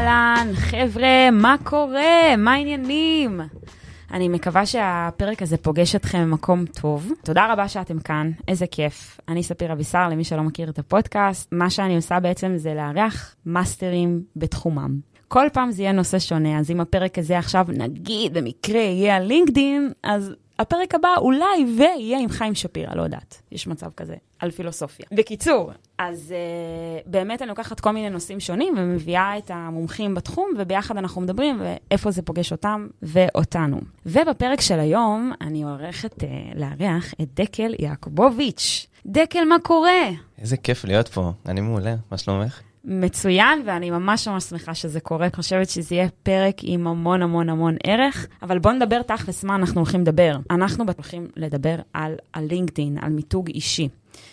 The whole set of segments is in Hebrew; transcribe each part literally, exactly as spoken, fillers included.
אהלן, חבר'ה, מה קורה? מה העניינים? אני מקווה שהפרק הזה פוגש אתכם במקום טוב. תודה רבה שאתם כאן, איזה כיף. אני ספיר אבישר, למי שלא מכיר את הפודקאסט. מה שאני עושה בעצם זה לארח מאסטרים בתחומם. כל פעם זה יהיה נושא שונה, אז אם הפרק הזה עכשיו נגיד במקרה יהיה על לינקדין, אז הפרק הבא אולי ויהיה עם חיים שפירא, לא יודעת. יש מצב כזה, על פילוסופיה. בקיצור, אז uh, באמת אני לוקחת כל מיני נושאים שונים, ומביאה את המומחים בתחום, וביחד אנחנו מדברים, ואיפה זה פוגש אותם ואותנו. ובפרק של היום, אני עורכת uh, לארח את דקל יעקובוביץ'. דקל, מה קורה? איזה כיף להיות פה, אני מעולה, מה שלומך? מצוין, ואני ממש ממש שמחה שזה קורה. אני חושבת שזה יהיה פרק עם המון המון המון ערך, אבל בואו נדבר תכלס מה אנחנו הולכים לדבר. אנחנו הולכים לדבר על הלינקדין, על מיתוג אישי.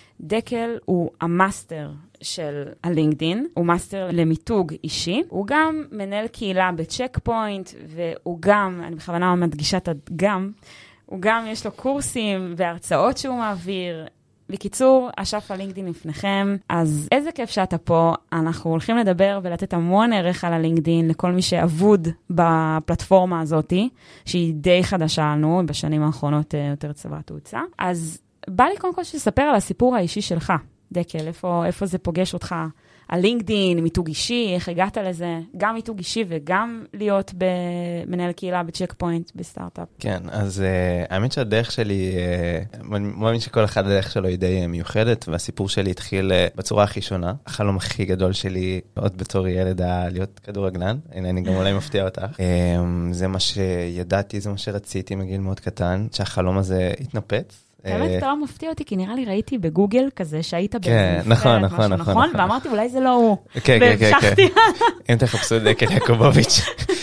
דקל הוא המאסטר של הלינקדין, הוא מאסטר למיתוג אישי, הוא גם מנהל קהילה בצ'ק פוינט, והוא גם, אני בכוונה מדגישה את הגם, הוא גם יש לו קורסים והרצאות שהוא מעביר. בקיצור, השף הלינקדין לפניכם, אז איזה כיף שאתה פה. אנחנו הולכים לדבר ולתת המון ערך על הלינקדין לכל מי שעבוד בפלטפורמה הזאת, שהיא די חדשה לנו, בשנים האחרונות יותר צבא תאוצה. אז בא לי קודם כל שתספר על הסיפור האישי שלך, דקל, איפה, איפה זה פוגש אותך, הלינקדין, מיתוג אישי, איך הגעת לזה, גם מיתוג אישי וגם להיות במנהל קהילה בצ'ק פוינט בסטארט-אפ. כן, אז uh, האמת שהדרך שלי, uh, אני מאמין שכל אחד הדרך שלו היא די מיוחדת, והסיפור שלי התחיל uh, בצורה הכי שונה. החלום הכי גדול שלי, עוד בתור ילד, להיות כדורגלן, הנה אני גם אולי מפתיע אותך. Um, זה מה שידעתי, זה מה שרציתי מגיל מאוד קטן, שהחלום הזה התנפץ. באמת אתה לא מפתיע אותי, כי נראה לי ראיתי בגוגל כזה שהיית בנבחרת, נכון, נכון, נכון. ואמרתי, אולי זה לא הוא. כן, כן, כן. אם תחפשו דקל יעקובוביץ'.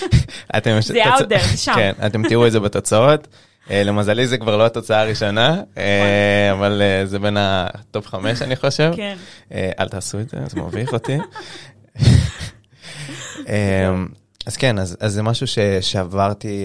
זה אאודר, שם. כן, אתם תראו את זה בתוצאות. למזלי זה כבר לא התוצאה הראשונה, אבל זה בין הטופ חמש, אני חושב. כן. אל תעשו את זה, זה מביך אותי. אז כן, אז זה משהו שעברתי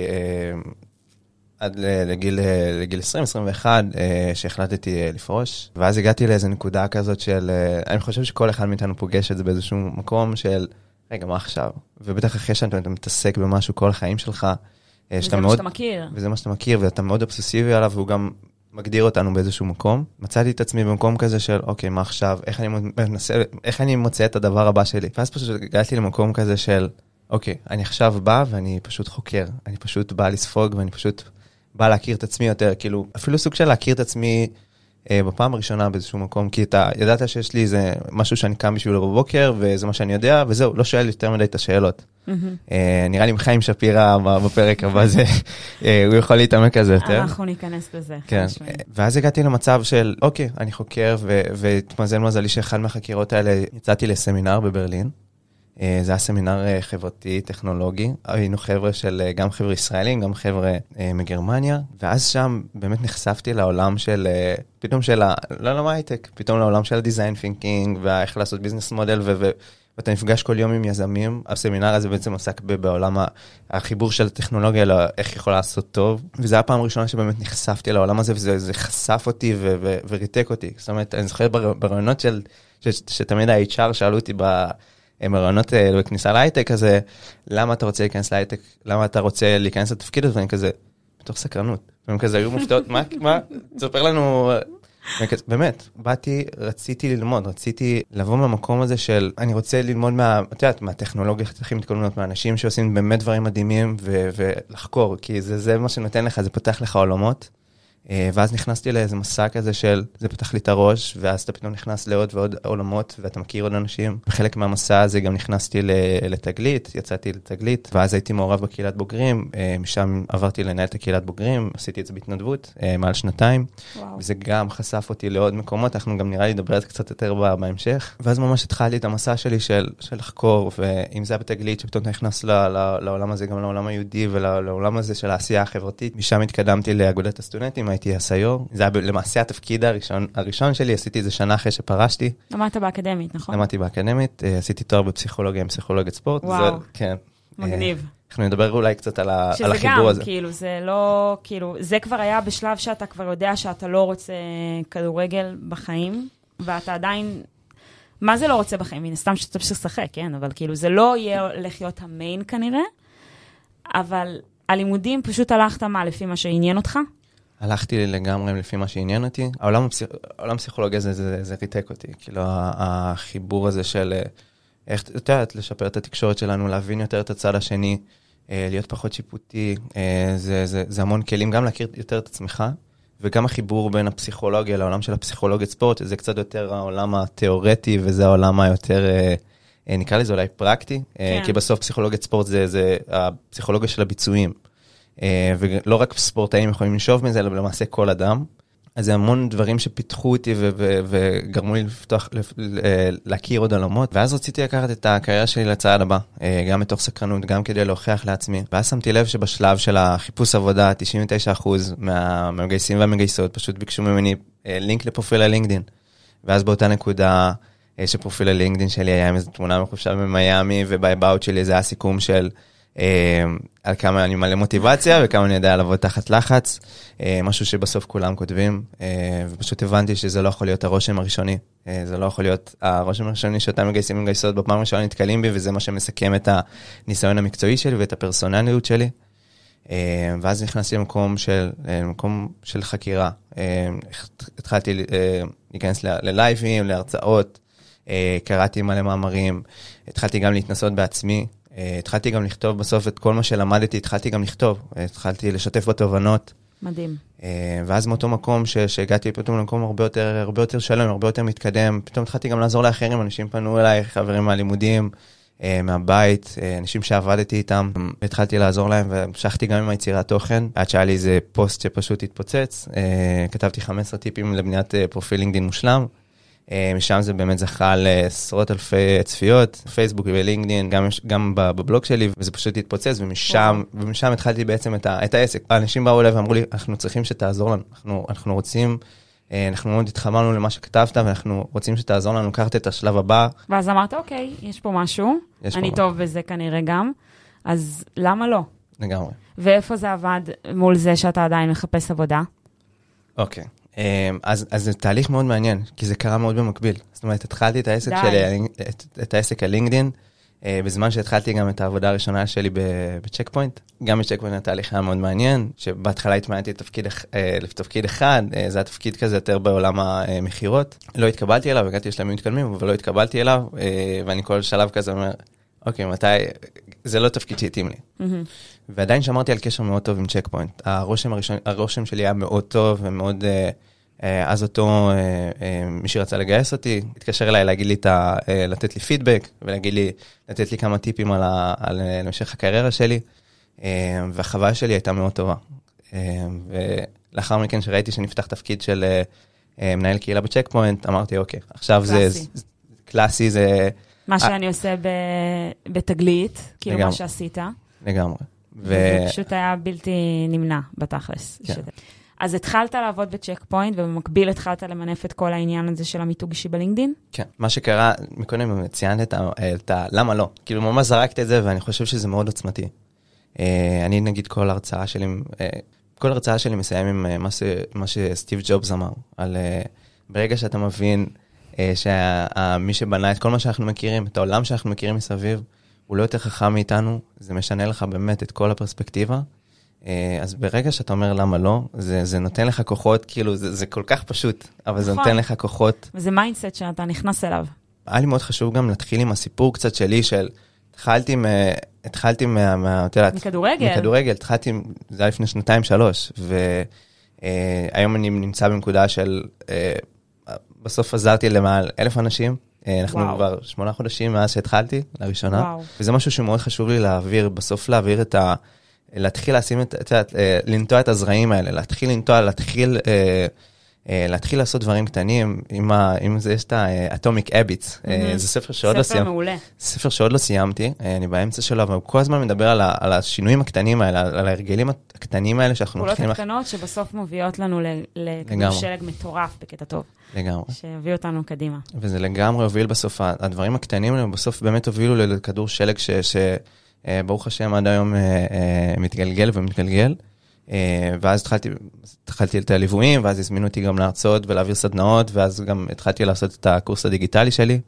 עד לגיל, לגיל עשרים עשרים ואחת, שהחלטתי לפרוש, ואז הגעתי לאיזו נקודה כזאת של, אני חושב שכל אחד מאיתנו פוגש את זה באיזשהו מקום של, רגע, מה עכשיו? ובטח אחרי שאתה מתעסק במשהו כל החיים שלך, וזה מה שאתה מכיר. וזה מה שאתה מכיר, ואתה מאוד אובססיבי עליו, והוא גם מגדיר אותנו באיזשהו מקום. מצאתי את עצמי במקום כזה של, אוקיי, מה עכשיו? איך אני מנסה, איך אני מוצא את הדבר הבא שלי? ואז פשוט הגעתי למקום כזה של, אוקיי, אני עכשיו בא ואני פשוט חוקר. אני פשוט בא לספוג ואני פשוט בא להכיר את עצמי יותר, כאילו, אפילו סוג של להכיר את עצמי אה, בפעם הראשונה באיזשהו מקום, כי אתה ידעת שיש לי איזה משהו שאני קם בשבילו בבוקר, וזה מה שאני יודע, וזהו, לא שואל יותר מדי את השאלות. Mm-hmm. אה, נראה לי עם חיים שפירא בפרק הבא, זה, אה, הוא יכול להתעמק על זה יותר. אנחנו ניכנס לזה. כן. ואז הגעתי למצב של, אוקיי, אני חוקר, והתמזל מזלי שאחד מהחקירות האלה, יצאתי לסמינר בברלין, זה היה סמינר חברתי, טכנולוגי. היינו חבר'ה של, גם חבר'ה ישראלים, גם חבר'ה מגרמניה. ואז שם באמת נחשפתי לעולם של, פתאום של, לא לא הייטק, פתאום לעולם של דיזיין תינקינג, ואיך לעשות ביזנס מודל, ואתה נפגש כל יום עם יזמים. הסמינר הזה בעצם עסק בעולם החיבור של הטכנולוגיה, איך יכול לעשות טוב. וזו הייתה הפעם הראשונה שבאמת נחשפתי לעולם הזה, וזה חשף אותי וריתק אותי. זאת אומרת, אני זוכר ברעיונות של, שתמיד ה-אייץ' אר שאלו אותי ב... מרעיונות בכניסה להייטק, אז למה אתה רוצה להיכנס להייטק? למה אתה רוצה להיכנס לתפקיד הזה? ואני כזה, בתוך סקרנות. והם כזה היו מופתעות, מה? מה? תספר לנו... באמת, באתי, רציתי ללמוד, רציתי לבוא מהמקום הזה של, אני רוצה ללמוד מה, את יודעת, מהטכנולוגיה, הכי מתכוננות, מהאנשים שעושים באמת דברים מדהימים, ולחקור, כי זה מה שנותן לך, זה פותח לך עולמות. ואז נכנסתי לאיזה מסע כזה של, זה פתח לי את הראש, ואז אתה פתאום נכנס לעוד ועוד עולמות, ואתה מכיר עוד אנשים. בחלק מהמסע הזה גם נכנסתי לתגלית, יצאתי לתגלית, ואז הייתי מעורב בקהילת בוגרים, משם עברתי לנהל את הקהילת בוגרים, עשיתי את זה בהתנדבות, מעל שנתיים, וואו. וזה גם חשף אותי לעוד מקומות, אנחנו גם נראה לי לדבר את זה קצת יותר בהמשך, ואז ממש התחלתי את המסע שלי של, של לחקור, ואם זה היה בתגלית, שפתאום אתה נכנס לעולם הזה, גם לעולם היהודי, ולעולם הזה של העשייה החברתית, משם התקדמתי לאגודת הסטודנטים, הייתי הסיור. זה היה למעשה התפקיד הראשון, הראשון שלי, עשיתי איזה שנה אחרי שפרשתי. למדת באקדמית, נכון? למדתי באקדמית, עשיתי תואר בפסיכולוגיה עם פסיכולוגיית ספורט. וואו, זה, כן. מגניב. אנחנו נדבר אולי קצת על, על החיבור גם, הזה. שזה גם, כאילו, זה לא, כאילו, זה כבר היה בשלב שאתה כבר יודע שאתה לא רוצה כדורגל בחיים, ואתה עדיין מה זה לא רוצה בחיים? מן הסתם שאתה פשוט לשחק, כן? אבל כאילו זה לא יהיה הולך להיות המיין כנראה, אבל הלימודים פשוט הלכת מה לפי מה שעניין אותך? הלכתי לגמרי לפי מה שעניין אותי. העולם, העולם פסיכולוגיה זה, זה, זה ריתק אותי. כאילו, החיבור הזה של איך, אתה יודעת, לשפר את התקשורת שלנו, להבין יותר את הצד השני, להיות פחות שיפוטי, זה, זה, זה המון כלים, גם להכיר יותר את עצמך, וגם החיבור בין הפסיכולוגיה לעולם של הפסיכולוגיית ספורט, זה קצת יותר העולם התיאורטי, וזה העולם היותר, נקרא לזה אולי פרקטי, כן. כי בסוף פסיכולוגיית ספורט זה, זה הפסיכולוגיה של הביצועים. ולא רק ספורטאים יכולים לשאוב מזה, אלא למעשה כל אדם. אז זה המון דברים שפיתחו אותי וגרמו לי לפתוח, להכיר עוד עולמות. ואז רציתי לקחת את הקריירה שלי לצעד הבא, גם מתוך סקרנות, גם כדי להוכיח לעצמי. ואז שמתי לב שבשלב של החיפוש עבודה, תשעים ותשעה אחוז מהמגייסים והמגייסות פשוט ביקשו ממני לינק לפרופיל הלינקדין. ואז באותה נקודה שפרופיל הלינקדין שלי היה עם איזו תמונה מחופשה במיימי, ובאבאוט שלי זה היה סיכום של על כמה אני מלא מוטיבציה, וכמה אני יודע לעבוד תחת לחץ, משהו שבסוף כולם כותבים, ופשוט הבנתי שזה לא יכול להיות הרושם הראשוני, זה לא יכול להיות הרושם הראשוני שאותם מגייסים ומגייסות בפעם הראשונה נתקלים בי, וזה מה שמסכם את הניסיון המקצועי שלי ואת הפרסונליות שלי, ואז נכנסתי למקום של, למקום של חקירה, התחלתי להיכנס ללייבים, להרצאות, קראתי מלא מאמרים, התחלתי גם להתנסות בעצמי, התחלתי גם לכתוב בסוף את כל מה שלמדתי, התחלתי גם לכתוב, התחלתי לשתף בתובנות. מדהים. ואז מאותו מקום שהגעתי פתאום למקום הרבה יותר, הרבה יותר שלם, הרבה יותר מתקדם, פתאום התחלתי גם לעזור לאחרים, אנשים פנו אליי, חברים מהלימודים, מהבית, אנשים שעבדתי איתם, התחלתי לעזור להם, והמשכתי גם עם היצירת תוכן, עד שהיה לי איזה פוסט שפשוט התפוצץ, כתבתי חמישה עשר טיפים לבניית פרופיל לינקדין מושלם, משם זה באמת זכה לעשרות אלפי צפיות, פייסבוק ולינקדין, גם, גם בבלוג שלי, וזה פשוט התפוצץ, ומשם, ומשם התחלתי בעצם את, ה, את העסק. האנשים באו אליי ואמרו לי, אנחנו צריכים שתעזור לנו, אנחנו, אנחנו רוצים, אנחנו מאוד התחברנו למה שכתבת, ואנחנו רוצים שתעזור לנו, לקחת את השלב הבא. ואז אמרת, אוקיי, יש פה משהו, יש אני פה טוב בזה כנראה גם, אז למה לא? לגמרי. ואיפה זה עבד מול זה שאתה עדיין מחפש עבודה? אוקיי. אז, אז זה תהליך מאוד מעניין, כי זה קרה מאוד במקביל. זאת אומרת, התחלתי את העסק שלי, את, את העסק הלינקדין, בזמן שהתחלתי גם את העבודה הראשונה שלי בצ'ק פוינט. גם בצ'ק פוינט התהליך היה מאוד מעניין, שבהתחלה התמענתי לתפקיד, לתפקיד אחד, זה התפקיד כזה יותר בעולם המחירות. לא התקבלתי אליו, הגעתי לשלבים מתקדמים, אבל לא התקבלתי אליו, ואני כל שלב כזה אומר, אוקיי, מתי, זה לא תפקיד שהתאים לי. ועדיין שמרתי על קשר מאוד טוב עם צ'ק פוינט. הרושם הראשון, הרושם שלי היה מאוד טוב ומאוד, אז אותו, מי שרצה לגייס אותי, התקשר אליי להגיד לי, לתת לי פידבק, ולהגיד לי, לתת לי כמה טיפים על, על המשך הקריירה שלי, והחוויה שלי הייתה מאוד טובה. ולאחר מכן שראיתי שנפתח תפקיד של מנהל קהילה בצ'ק פוינט, אמרתי, אוקיי, עכשיו זה קלאסי, זה... מה שאני עושה בתגלית, כאילו מה שעשית. לגמרי. זה פשוט היה בלתי נמנע בתכלס. אז התחלת לעבוד בצ'ק פוינט, ובמקביל התחלת למנף את כל העניין הזה של המיתוג אישי בלינקדין? כן. מה שקרה, מקודם ציינת את ה... למה לא? כאילו ממש זרקת את זה, ואני חושב שזה מאוד עוצמתי. אני נגיד כל הרצאה שלי, כל הרצאה שלי מסיים עם מה שסטיב ג'ובס אמר, על ברגע שאתה מבין שמי שבנה את כל מה שאנחנו מכירים, את העולם שאנחנו מכירים מסביב, הוא לא יותר חכם מאיתנו, זה משנה לך באמת את כל הפרספקטיבה, אז ברגע שאתה אומר למה לא, זה, זה נותן לך כוחות, כאילו זה, זה כל כך פשוט, אבל זה נותן לך כוחות. וזה מיינדסט שאתה נכנס אליו. היה לי מאוד חשוב גם להתחיל עם הסיפור קצת שלי, של התחלתי, התחלתי מה, מה, תלת, מכדורגל. מכדורגל, התחלתי, זה היה לפני שנתיים שלוש, והיום אני נמצא בנקודה של, בסוף עזרתי למעל אלף אנשים, אנחנו וואו. כבר שמונה חודשים מאז שהתחלתי, לראשונה, וואו. וזה משהו שמאוד חשוב לי להעביר, בסוף להעביר את ה... להתחיל לשים את, את, את, לנטוע את הזרעים האלה, להתחיל לנטוע, להתחיל, להתחיל לעשות דברים קטנים, עם, ה, עם זה יש את ה-Atomic Habits, mm-hmm. זה ספר שעוד ספר לא סיימתי. מעולה. ספר שעוד לא סיימתי, אני באמצע שלו, אבל הוא כל הזמן מדבר על, ה, על השינויים הקטנים האלה, על ההרגלים הקטנים האלה שאנחנו... פעולות הקטנות שבסוף מוביאות לנו לכדור שלג מטורף בקטע טוב. לגמרי. שהביא אותנו קדימה. וזה לגמרי הוביל בסוף, הדברים הקטנים האלה בסוף באמת הובילו לכדור שלג ש... ש ברוך השם עד היום מתגלגל ומתגלגל, ואז התחלתי, התחלתי את הליוויים, ואז הזמינו אותי גם להרצאות ולהעביר סדנאות, ואז גם התחלתי לעשות את הקורס הדיגיטלי שלי,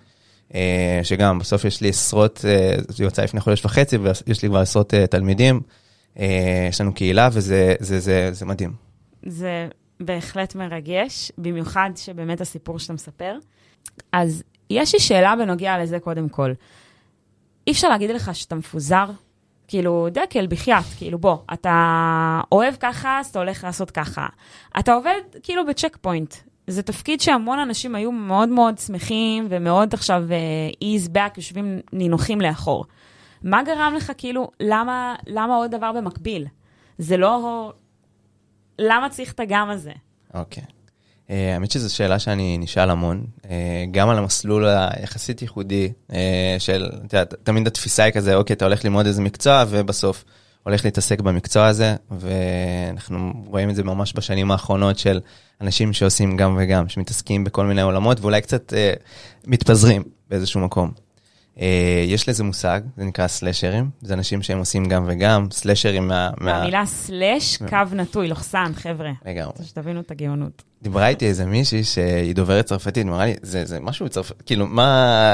שגם בסוף יש לי עשרות, זה יוצא לפני חודש וחצי, ויש לי כבר עשרות תלמידים, יש לנו קהילה, וזה זה, זה, זה מדהים. זה בהחלט מרגש, במיוחד שבאמת הסיפור שאתה מספר. אז יש לי שאלה בנוגע לזה קודם כל. אי אפשר להגיד לך שאתה מפוזר? כאילו, דקל, בחייאת, כאילו, בוא, אתה אוהב ככה, אז אתה הולך לעשות ככה. אתה עובד כאילו בצ'ק פוינט. זה תפקיד שהמון אנשים היו מאוד מאוד שמחים, ומאוד עכשיו ease back, יושבים נינוחים לאחור. מה גרם לך, כאילו, למה, למה עוד דבר במקביל? זה לא... למה צריך את הגם הזה? אוקיי. האמת שזו שאלה שאני נשאל המון, גם על המסלול היחסית ייחודי, של, תמיד התפיסה היא כזה, אוקיי, אתה הולך ללמוד איזה מקצוע, ובסוף הולך להתעסק במקצוע הזה, ואנחנו רואים את זה ממש בשנים האחרונות של אנשים שעושים גם וגם, שמתעסקים בכל מיני עולמות, ואולי קצת מתפזרים באיזשהו מקום. יש לזה מושג, זה נקרא סלשרים, זה אנשים שהם עושים גם וגם, סלשרים מה... המילה סלש, קו נטוי, לוחסן, חבר'ה. לגמרי. שתבינו את הגאונות. דיברה איתי איזה מישהי שהיא דוברת צרפתית, אמרה לי, זה משהו בצרפתית, כאילו, מה...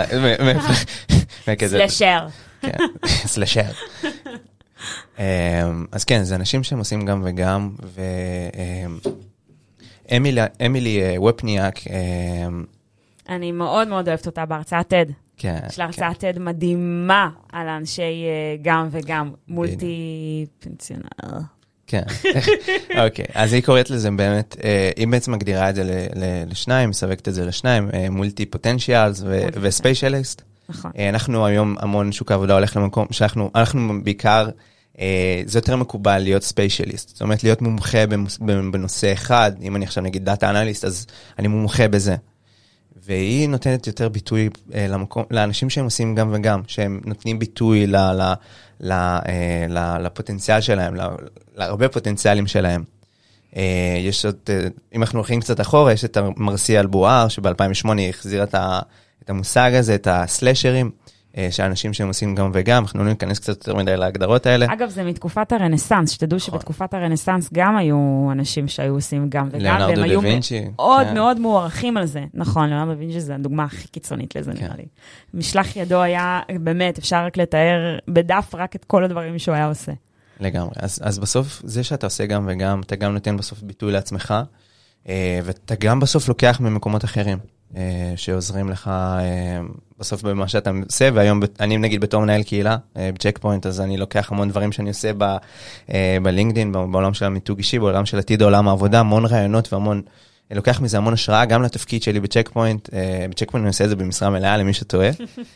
סלשר. כן, סלשר. אז כן, זה אנשים שהם עושים גם וגם, ואמילי ופניאק... אני מאוד מאוד אוהבת אותה בהרצאת טד. כן. יש לה הרצאת טד מדהימה על אנשי גם וגם, מולטי פנסיונל. כן, אוקיי. אז היא קוראת לזה באמת, היא בעצם מגדירה את זה לשניים, מסווגת את זה לשניים, מולטי פוטנציאלס וספיישליסט. נכון. אנחנו היום המון שוק העבודה הולך למקום, שאנחנו בעיקר, זה יותר מקובל להיות ספיישליסט, זאת אומרת להיות מומחה בנושא אחד, אם אני עכשיו נגיד דאטה אנליסט, אז אני מומחה בזה. והיא נותנת יותר ביטוי למקום, לאנשים שהם עושים גם וגם, שהם נותנים ביטוי ל, ל, ל, ל, לפוטנציאל שלהם, להרבה פוטנציאלים שלהם. יש עוד, אם אנחנו הולכים קצת אחורה, יש את מרסי אלבואר, שב-אלפיים ושמונה היא החזירה את המושג הזה, את הסלשרים, שאנשים שהם עושים גם וגם, אנחנו לא ניכנס קצת יותר מדי להגדרות האלה. אגב, זה מתקופת הרנסנס, שתדעו שבתקופת הרנסנס גם היו אנשים שהיו עושים גם וגם, והם היו מאוד מאוד מוערכים על זה. נכון, ליאונרדו דה וינצ'י זה הדוגמה הכי קיצונית לזה, נראה לי. משלח ידו היה, באמת, אפשר רק לתאר בדף רק את כל הדברים שהוא היה עושה. לגמרי. אז בסוף, זה שאתה עושה גם וגם, אתה גם נותן בסוף ביטוי לעצמך, ואתה גם בסוף לוקח ממקומות אחרים. שעוזרים לך בסוף במה שאתה עושה, והיום אני נגיד בתור מנהל קהילה, בצ'ק פוינט, אז אני לוקח המון דברים שאני עושה בלינקדין, בעולם של המיתוג אישי, בעולם של עתיד העולם העבודה, המון רעיונות והמון, לוקח מזה המון השראה, גם לתפקיד שלי בצ'ק פוינט, בצ'ק פוינט אני עושה את זה במשרה מלאה למי שטועה,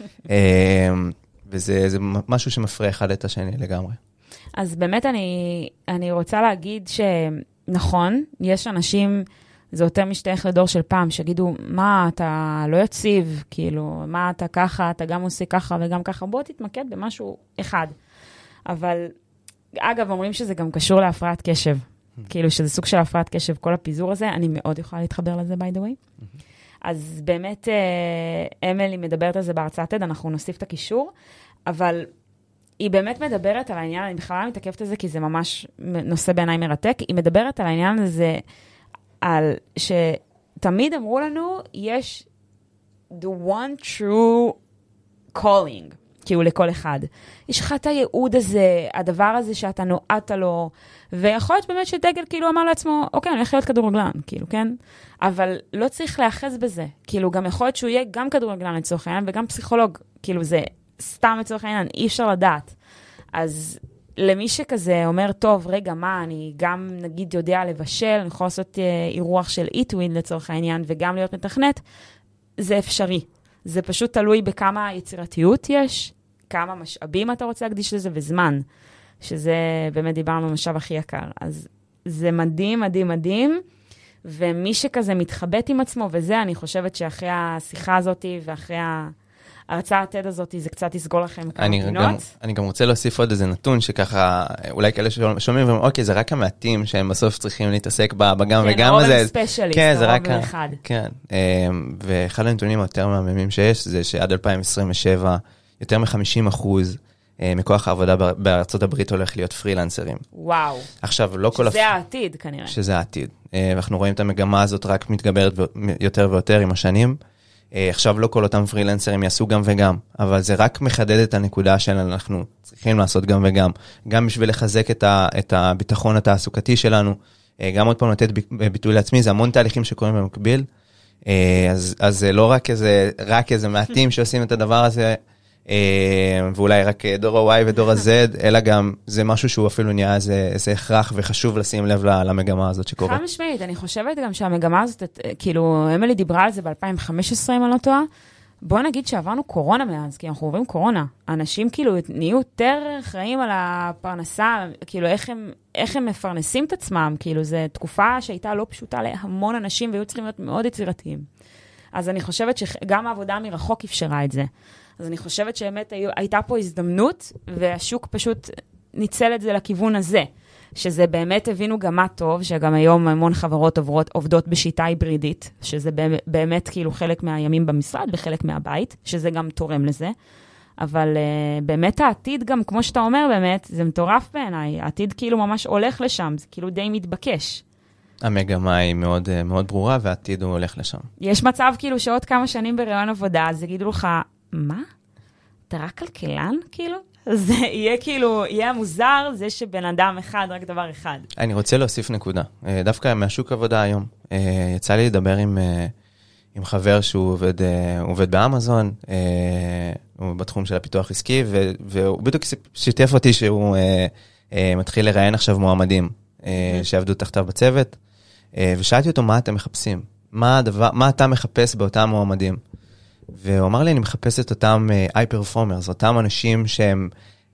וזה משהו שמפריע אחד את השני לגמרי. אז באמת אני, אני רוצה להגיד שנכון, יש אנשים, זה יותר משתייך לדור של פעם, שגידו, מה, אתה לא יציב, כאילו, מה, אתה ככה, אתה גם עושה ככה וגם ככה, בוא תתמקד במשהו אחד. אבל, אגב, אומרים שזה גם קשור להפרעת קשב, כאילו, שזה סוג של הפרעת קשב, כל הפיזור הזה, אני מאוד יכולה להתחבר לזה, by the way. אז באמת, אמילי מדברת על זה בהרצאת TED, אנחנו נוסיף את הקישור, אבל היא באמת מדברת על העניין, אני בכלל מתעכבת על זה, כי זה ממש נושא בעיניי מרתק, היא מדברת על העניין הזה, על שתמיד אמרו לנו, יש the one true calling, כאילו לכל אחד. יש לך את הייעוד הזה, הדבר הזה שאתה נועדת לו, ויכול להיות באמת שדגל כאילו אמר לעצמו, אוקיי, אני הולך להיות כדורגלן, כאילו, כן? אבל לא צריך להאחז בזה. כאילו, גם יכול להיות שהוא יהיה גם כדורגלן לצורך העניין, וגם פסיכולוג. כאילו, זה סתם לצורך העניין, אי אפשר לדעת. אז למי שכזה אומר, טוב, רגע, מה, אני גם, נגיד, יודע לבשל, אני יכול לעשות אה, אירוח של איטווין לצורך העניין, וגם להיות מתכנת, זה אפשרי. זה פשוט תלוי בכמה יצירתיות יש, כמה משאבים אתה רוצה להקדיש לזה, וזמן, שזה באמת דיברנו במשאב הכי יקר. אז זה מדהים, מדהים, מדהים, ומי שכזה מתחבט עם עצמו, וזה, אני חושבת שאחרי השיחה הזאת, ואחרי ההרצאה הטד הזאת, זה קצת יסגור לכם כמה פינות. אני גם רוצה להוסיף עוד איזה נתון, שככה, אולי כאלה ששומעים, ואומרים, אוקיי, זה רק המעטים, שהם בסוף צריכים להתעסק בגם וגם הזה. כן, רוב ספיישליסט, רוב אחד. כן, ואחד הנתונים היותר מהממים שיש, זה שעד אלפיים עשרים ושבע, יותר מ-חמישים אחוז מכוח העבודה בארצות הברית הולך להיות פרילנסרים. וואו. עכשיו, לא כל... שזה העתיד, כנראה. שזה העתיד. ואנחנו רואים את המגמה הזאת רק מתגברת יותר ויותר עם השנים. עכשיו לא כל אותם פרילנסרים יעשו גם וגם, אבל זה רק מחדד את הנקודה של אנחנו צריכים לעשות גם וגם, גם בשביל לחזק את, ה, את הביטחון התעסוקתי שלנו, גם עוד פעם לתת ביטוי לעצמי, זה המון תהליכים שקורים במקביל, אז, אז זה לא רק איזה, רק איזה מעטים שעושים את הדבר הזה, ואולי רק דור ה-Y ודור ה-Z, אלא גם זה משהו שהוא אפילו נהיה איזה, איזה הכרח וחשוב לשים לב למגמה הזאת שקורה. חד משמעית, אני חושבת גם שהמגמה הזאת, כאילו, אמילי דיברה על זה ב-אלפיים וחמש עשרה, אם אני לא טועה, בוא נגיד שעברנו קורונה מאז, כי אנחנו עוברים קורונה. אנשים כאילו נהיו יותר חיים על הפרנסה, כאילו איך הם, איך הם מפרנסים את עצמם, כאילו זו תקופה שהייתה לא פשוטה להמון אנשים, והיו צריכים להיות מאוד יצירתיים. אז אני חושבת שגם העבודה מרחוק אפשרה את זה. אז אני חושבת שבאמת הייתה פה הזדמנות, והשוק פשוט ניצל את זה לכיוון הזה, שזה באמת הבינו גם מה טוב, שגם היום המון חברות עוברות, עובדות בשיטה היברידית, שזה באמת כאילו חלק מהימים במשרד וחלק מהבית, שזה גם תורם לזה. אבל uh, באמת העתיד גם, כמו שאתה אומר באמת, זה מטורף בעיניי. העתיד כאילו ממש הולך לשם, זה כאילו די מתבקש. המגמה היא מאוד, מאוד ברורה, והעתיד הוא הולך לשם. יש מצב כאילו שעוד כמה שנים ברעיון עבודה, אז יגידו לך, מה? אתה רק כלכלן, כאילו? זה יהיה כאילו, יהיה מוזר, זה שבן אדם אחד, רק דבר אחד. אני רוצה להוסיף נקודה. דווקא מהשוק עבודה היום, יצא לי לדבר עם, עם חבר שהוא עובד, עובד באמזון, הוא בתחום של הפיתוח עסקי, והוא בדיוק שיתף אותי שהוא מתחיל לראיין עכשיו מועמדים, שעבדו תחתיו בצוות, ושאלתי אותו, מה אתם מחפשים? מה הדבר, מה אתה מחפש באותם מועמדים? והוא אמר לי, אני מחפש את אותם high performers, אותם אנשים שהם,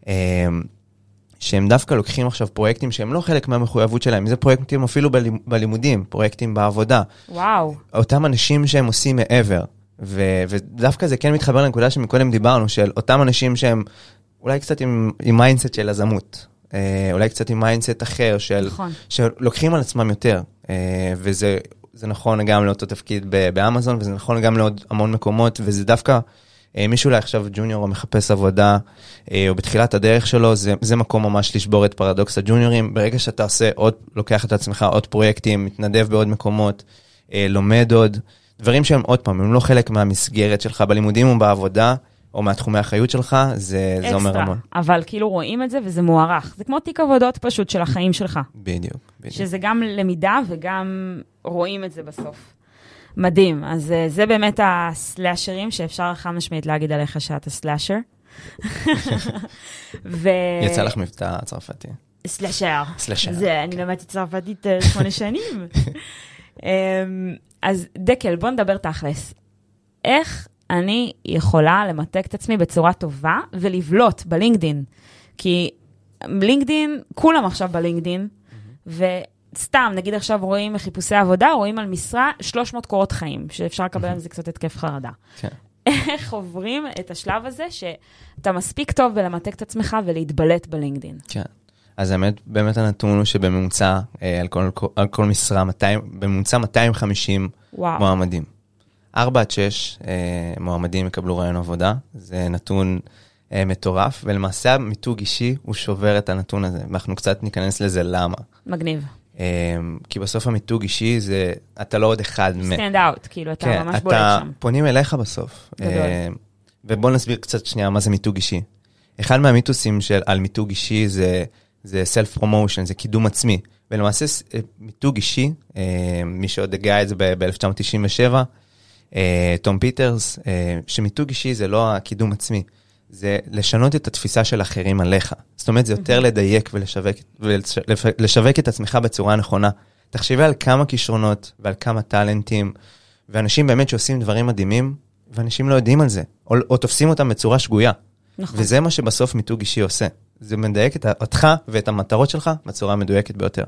שהם דווקא לוקחים עכשיו פרויקטים שהם לא חלק מהמחויבות שלהם, זה פרויקטים אפילו בלימודים, פרויקטים בעבודה. וואו. אותם אנשים שהם עושים מעבר, ו- ודווקא זה כן מתחבר לנקודה שמקודם דיברנו, של אותם אנשים שהם אולי קצת עם, עם מיינדסט של הזמות, אולי קצת עם מיינדסט אחר, של, נכון. שלוקחים על עצמם יותר, וזה... זה נכון גם לאותו תפקיד באמזון, וזה נכון גם לעוד המון מקומות, וזה דווקא, מישהו אולי עכשיו ג'וניור או מחפש עבודה, או בתחילת הדרך שלו, זה, זה מקום ממש לשבור את פרדוקס הג'וניורים, ברגע שאתה עושה עוד, לוקח את עצמך עוד פרויקטים, מתנדב בעוד מקומות, לומד עוד, דברים שהם עוד פעם, הם לא חלק מהמסגרת שלך בלימודים או בעבודה, או מהתחומי האחריות שלך, זה, זה אומר המון. אבל כאילו רואים את זה וזה מוערך. זה כמו תיק עבודות פשוט של החיים שלך. בדיוק, בדיוק. שזה גם למידה וגם רואים את זה בסוף. מדהים. אז זה באמת הסלאשרים שאפשר חד משמעית להגיד עליך שאתה סלאשר. ו... יצא לך מבטא צרפתי. סלאשר. סלאשר. זה, אני למדתי צרפתית שמונה שנים. אז דקל, בוא נדבר תכלס. איך אני יכולה למתק את עצמי בצורה טובה ולבלוט בלינקדין. כי לינקדין, כולם עכשיו בלינקדין, וסתם, נגיד עכשיו רואים חיפושי עבודה, רואים על משרה שלוש מאות קורות חיים, שאפשר לקבל עם זה קצת התקף חרדה. כן. איך עוברים את השלב הזה שאתה מספיק טוב בלמתק את עצמך ולהתבלט בלינקדין? כן. אז באמת, באמת הנתון הוא שבממוצע, על כל, על כל משרה, מאתיים, בממוצע מאתיים וחמישים וואו. מועמדים. ארבע עד שש אה, מועמדים יקבלו רעיון עבודה, זה נתון אה, מטורף, ולמעשה המיתוג אישי הוא שובר את הנתון הזה, ואנחנו קצת ניכנס לזה למה. מגניב. אה, כי בסוף המיתוג אישי זה, אתה לא עוד אחד. סטנד אאוט, כאילו אתה כן, ממש בולט שם. אתה פונים אליך בסוף. אה, ובוא נסביר קצת שנייה מה זה מיתוג אישי. אחד מהמיתוסים של, על מיתוג אישי זה, זה self-promotion, זה קידום עצמי, ולמעשה מיתוג אישי, אה, מי שעוד הגה את זה ב-אלף תשע מאות תשעים ושבע, תום פיטרס, שמיתוג אישי זה לא הקידום עצמי, זה לשנות את התפיסה של אחרים עליך. זאת אומרת, זה יותר לדייק ולשווק, ולשווק את עצמך בצורה נכונה. תחשבי על כמה כישרונות ועל כמה טלנטים, ואנשים באמת שעושים דברים מדהימים, ואנשים לא יודעים על זה, או, או תופסים אותם בצורה שגויה. נכון. וזה מה שבסוף מיתוג אישי עושה. זה מדייק את אותך ואת המטרות שלך בצורה מדויקת ביותר.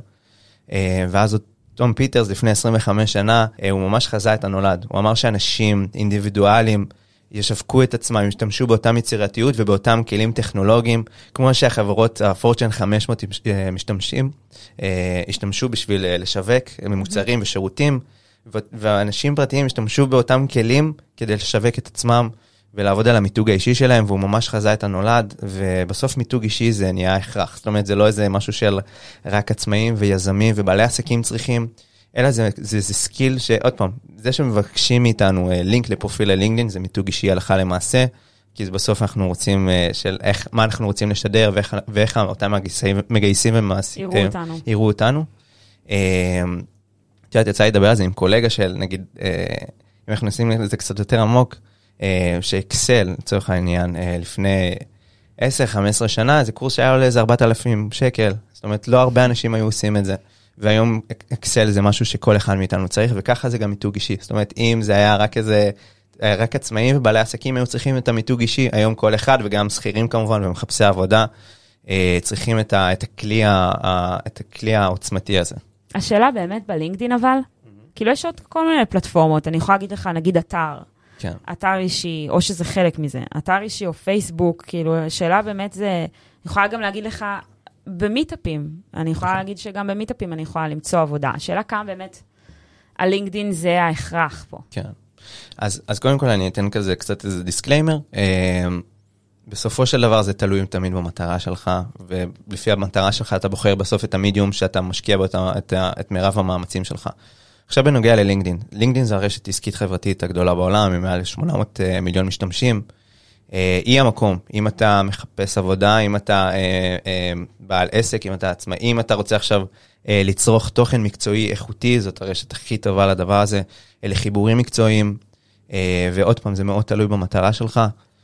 ואז עוד תום פיטרס לפני עשרים וחמש שנה, הוא ממש חזה את הנולד. הוא אמר שאנשים אינדיבידואליים ישווקו את עצמם, ישתמשו באותם יצירתיות ובאותם כלים טכנולוגיים, כמו שהחברות הפורצ'ן חמש מאות משתמשים, ישתמשו בשביל לשווק ממוצרים ושירותים, ואנשים פרטיים ישתמשו באותם כלים כדי לשווק את עצמם ולעבוד על המיתוג האישי שלהם, והוא ממש חזה את הנולד, ובסוף מיתוג אישי זה נהיה הכרח. זאת אומרת, זה לא איזה משהו של רק עצמאים ויזמים ובעלי עסקים צריכים, אלא זה, זה, זה סקיל שעוד פעם, זה שמבקשים מאיתנו לינק לפרופיל ללינקדין, זה מיתוג אישי הלכה למעשה, כי בסוף אנחנו רוצים, של איך, מה אנחנו רוצים לשדר, ואיך, ואיך אותם מגייסים, מגייסים ומעשים. יראו אותנו. יראו אותנו. תראה, יצא לדבר על זה עם קולגה של, נגיד, אם אנחנו נשים לזה קצת יותר עמוק, שאקסל, לצורך העניין, לפני עשר חמש עשרה שנה, זה קורס שהיה לו לאיזה ארבעת אלפים שקל. זאת אומרת, לא הרבה אנשים היו עושים את זה. והיום אקסל זה משהו שכל אחד מאיתנו צריך, וככה זה גם מיתוג אישי. זאת אומרת, אם זה היה רק איזה, רק עצמאים ובעלי עסקים היו צריכים את המיתוג אישי, היום כל אחד, וגם שכירים כמובן, ומחפשי עבודה, צריכים את הכלי, את הכלי העוצמתי הזה. השאלה באמת בלינקדין אבל, כאילו יש עוד כל מיני פלטפורמות, אני יכולה להגיד לך, נגיד אתר, כן. אתר אישי, או שזה חלק מזה, אתר אישי או פייסבוק, כאילו, השאלה באמת זה, אני יכולה גם להגיד לך, במיטאפים, אני יכולה להגיד שגם במיטאפים אני יכולה למצוא עבודה. השאלה כמה באמת, הלינקדין זה ההכרח פה. כן. אז, אז קודם כל אני אתן כזה קצת איזה דיסקליימר. בסופו של דבר זה תלוי תמיד במטרה שלך, ולפי המטרה שלך אתה בוחר בסוף את המדיום שאתה משקיע בו את, את, את מירב המאמצים שלך. עכשיו בנוגע ללינקדין. לינקדין זה הרשת עסקית חברתית הגדולה בעולם, עם מעל שמונה מאות מיליון משתמשים. היא המקום, אם אתה מחפש עבודה, אם אתה בעל עסק, אם אתה עצמאי, אם אתה רוצה עכשיו לצרוך תוכן מקצועי איכותי, זאת הרשת הכי טובה לדבר הזה, אלה חיבורים מקצועיים, ועוד פעם, זה מאוד תלוי במטרה שלך.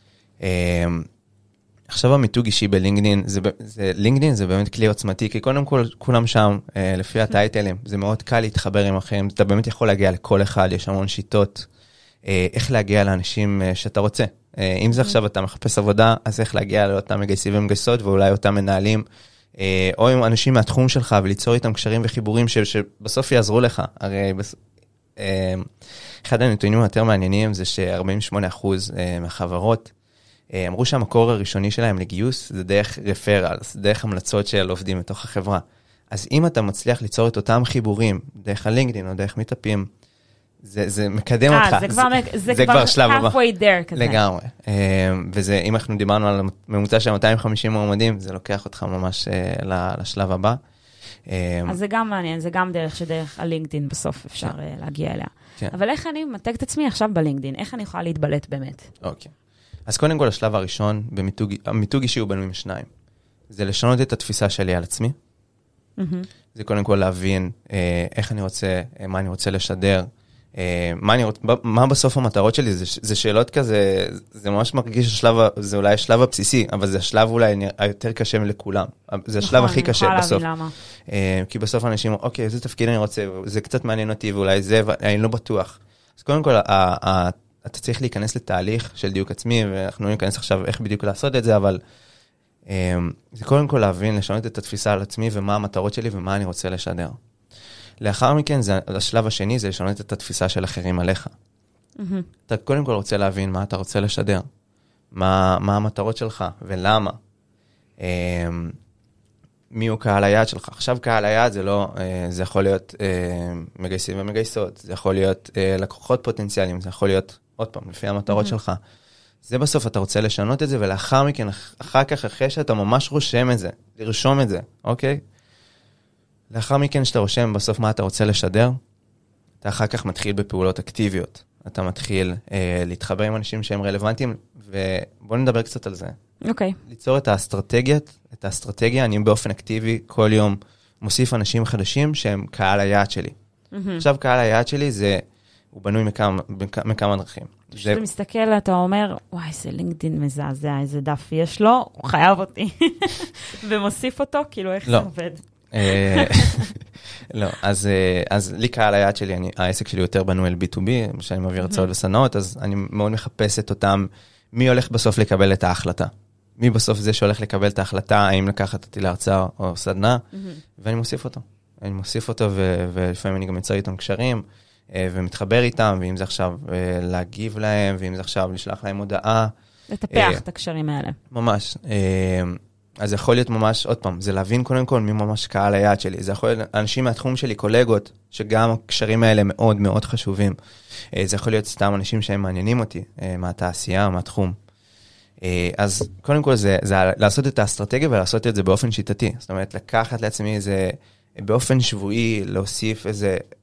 עכשיו המיתוג אישי בלינקדין, זה, זה, לינקדין זה באמת כלי עוצמתי, כי קודם כל, כולם שם, לפי הטייטלים, זה מאוד קל להתחבר עם אחרים, אתה באמת יכול להגיע לכל אחד, יש המון שיטות, איך להגיע לאנשים שאתה רוצה. אם זה עכשיו אתה מחפש עבודה, אז איך להגיע לאותם מגייסים ומגייסות, ואולי אותם מנהלים, או עם אנשים מהתחום שלך, וליצור איתם קשרים וחיבורים שבסוף יעזרו לך. הרי אחד הנתונים היותר מעניינים זה ש-ארבעים ושמונה אחוז מהחברות אמרו שהמקור הראשוני שלהם לגיוס זה דרך רפרל, זה דרך המלצות של עובדים מתוך החברה. אז אם אתה מצליח ליצור את אותם חיבורים, דרך הלינקדין או דרך מיטאפים, זה, זה מקדם אותך. זה כבר, זה, זה זה כבר, כבר שלב הבא. halfway there כזה. לגמרי. וזה, אם אנחנו דיברנו על ממוצע של מאתיים וחמישים מועמדים, זה לוקח אותך ממש לשלב הבא. אז זה גם מעניין, זה גם דרך שדרך הלינקדין בסוף אפשר להגיע אליה. אבל איך אני מתג את עצמי עכשיו בלינקדין? איך אני יכולה להתבלט באמת? אוקיי. אז קודם כל, השלב הראשון, המיתוג אישי הוא בנוי משניים. זה לשנות את התפיסה שלי על עצמי. זה קודם כל להבין איך אני רוצה, מה אני רוצה לשדר, מה, אני, מה בסוף המטרות שלי, זה, זה שאלות כזה, זה ממש מרגיש השלב, זה אולי השלב הבסיסי, אבל זה השלב אולי היותר קשה לכולם. זה השלב הכי קשה בסוף. כי בסוף אנשים, אוקיי, איזה תפקיד אני רוצה, זה קצת מעניין אותי, ואולי זה, אני לא בטוח. אז קודם כל, אתה צריך להיכנס לתהליך של דיוק עצמי, ואנחנו ניכנס עכשיו איך בדיוק לעשות את זה, אבל זה קודם כל להבין, לשנות את התפיסה על עצמי, ומה המטרות שלי, ומה אני רוצה לשדר. לאחר מכן, זה, השלב השני זה לשנות את התפיסה של אחרים עליך. Mm-hmm. אתה קודם כל רוצה להבין מה אתה רוצה לשדר, מה, מה המטרות שלך ולמה. אה, מי הוא קהל היעד שלך. עכשיו קהל היעד זה לא, אה, זה יכול להיות אה, מגייסים ומגייסות, זה יכול להיות אה, לקוחות פוטנציאליים, זה יכול להיות, עוד פעם, לפי המטרות mm-hmm. שלך. זה בסוף אתה רוצה לשנות את זה, ולאחר מכן, אחר כך, אחרי שאתה ממש רושם את זה, לרשום את זה, אוקיי? לאחר מכן שאתה רושם בסוף מה אתה רוצה לשדר, אתה אחר כך מתחיל בפעולות אקטיביות. אתה מתחיל אה, להתחבר עם אנשים שהם רלוונטיים, ובואו נדבר קצת על זה. אוקיי. Okay. ליצור את האסטרטגיית, את האסטרטגיה, אני באופן אקטיבי כל יום מוסיף אנשים חדשים שהם קהל היעד שלי. Mm-hmm. עכשיו קהל היעד שלי זה, הוא בנוי מכמה, מכמה דרכים. כשאתה זה... מסתכל, אתה אומר, וואי, זה לינקדין מזעזע, איזה דף יש לו, הוא חייב אותי. ומוסיף אותו, כאילו איך לא. זה עובד. לא, אז, אז לי קהל היעד שלי, אני, העסק שלי יותר בנוי אל בי טו בי, שאני מביא הרצאות וסדנאות, אז אני מאוד מחפש את אותם, מי הולך בסוף לקבל את ההחלטה? מי בסוף זה שהולך לקבל את ההחלטה, האם לקחת אותי להרצאה או סדנה, ואני מוסיף אותו. אני מוסיף אותו, ו- ולפעמים אני גם יוצר איתם קשרים, ומתחבר איתם, ואם זה עכשיו להגיב להם, ואם זה עכשיו לשלח להם הודעה. לטפח את הקשרים האלה. ממש. אז יכול להיות ממש, עוד פעם, זה להבין קודם כל מי ממש קהל היעד שלי. זה יכול להיות אנשים מהתחום שלי, קולגות, שגם הקשרים האלה מאוד מאוד חשובים. זה יכול להיות סתם אנשים שהם מעניינים אותי, מהתעשייה, מהתחום. אז קודם כל זה, זה לעשות את האסטרטגיה ולעשות את זה באופן שיטתי. זאת אומרת, לקחת לעצמי איזה, באופן שבועי, להוסיף איזה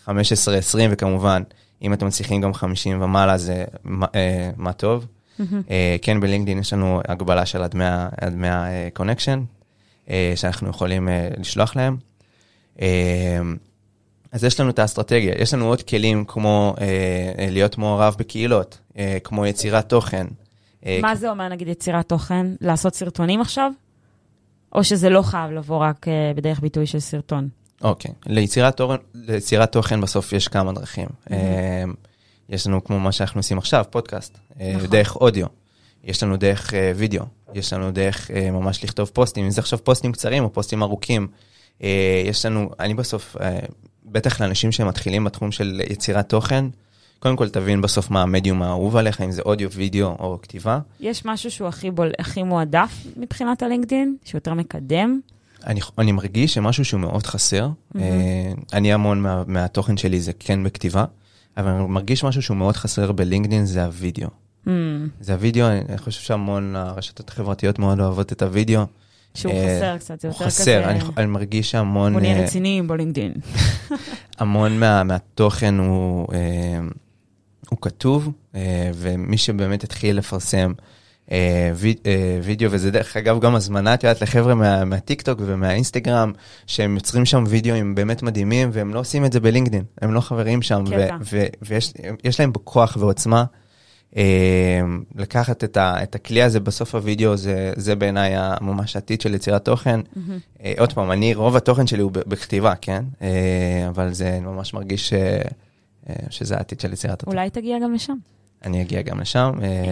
חמש עשרה עשרים, וכמובן, אם אתם מצליחים גם חמישים ומעלה, זה אה, מה טוב. Mm-hmm. אה, כן, בלינקדין יש לנו הגבלה של עד מאה, עד מאה אה, קונקשן, אה, שאנחנו יכולים אה, לשלוח להם. אה, אז יש לנו את האסטרטגיה, יש לנו עוד כלים כמו אה, להיות מעורב בקהילות, אה, כמו יצירת תוכן. אה, מה זה אומר, נגיד, יצירת תוכן? לעשות סרטונים עכשיו? או שזה לא חייב לבוא רק אה, בדרך ביטוי של סרטון? אוקיי, ליצירת תוכן, ליצירת תוכן בסוף יש כמה דרכים. Mm-hmm. אה, יש לנו כמו מה שאנחנו עושים עכשיו, פודקאסט, אה, נכון. דרך אודיו. יש לנו דרך אה, וידאו, יש לנו דרך אה, ממש לכתוב פוסטים, אם זה עכשיו פוסטים קצרים או פוסטים ארוכים. אה, יש לנו, אני בסוף... אה, בטח לאנשים שמתחילים בתחום של יצירת תוכן, קודם כל תבין בסוף מה המדיום האהוב עליך, אם זה אודיו, וידאו או כתיבה. יש משהו שהוא הכי, בול, הכי מועדף מבחינת הלינקדין, שיותר מקדם? אני, אני מרגיש שמשהו שהוא מאוד חסר. Mm-hmm. אני המון מה, מהתוכן שלי זה כן בכתיבה, אבל אני מרגיש משהו שהוא מאוד חסר בלינקדין, זה הוידאו. Mm-hmm. זה הוידאו, אני חושב שהמון הרשתות החברתיות מאוד אוהבות את הוידאו, שהוא חסר קצת, זה יותר כזה... חסר, אני, אני מרגיש שהמון... בוא נהיה רציניים בלינקדין. המון מה, מהתוכן הוא, אה, הוא כתוב, אה, ומי שבאמת התחיל לפרסם אה, וי, אה, וידאו, וזה דרך אגב גם הזמנת יד לחבר'ה מה, מהטיקטוק ומהאינסטגרם, שהם יוצרים שם וידאוים באמת מדהימים, והם לא עושים את זה בלינקדין, הם לא חברים שם, ו, ו, ויש יש להם בכוח ועוצמה, לקחת את, ה, את הכלי הזה בסוף הוידאו, זה, זה בעיניי ממש עתיד של יצירת תוכן. Mm-hmm. עוד פעם, אני, רוב התוכן שלי הוא בכתיבה, כן? אבל זה ממש מרגיש ש, שזה העתיד של יצירת התוכן. אולי תגיע גם לשם. אני אגיע גם לשם.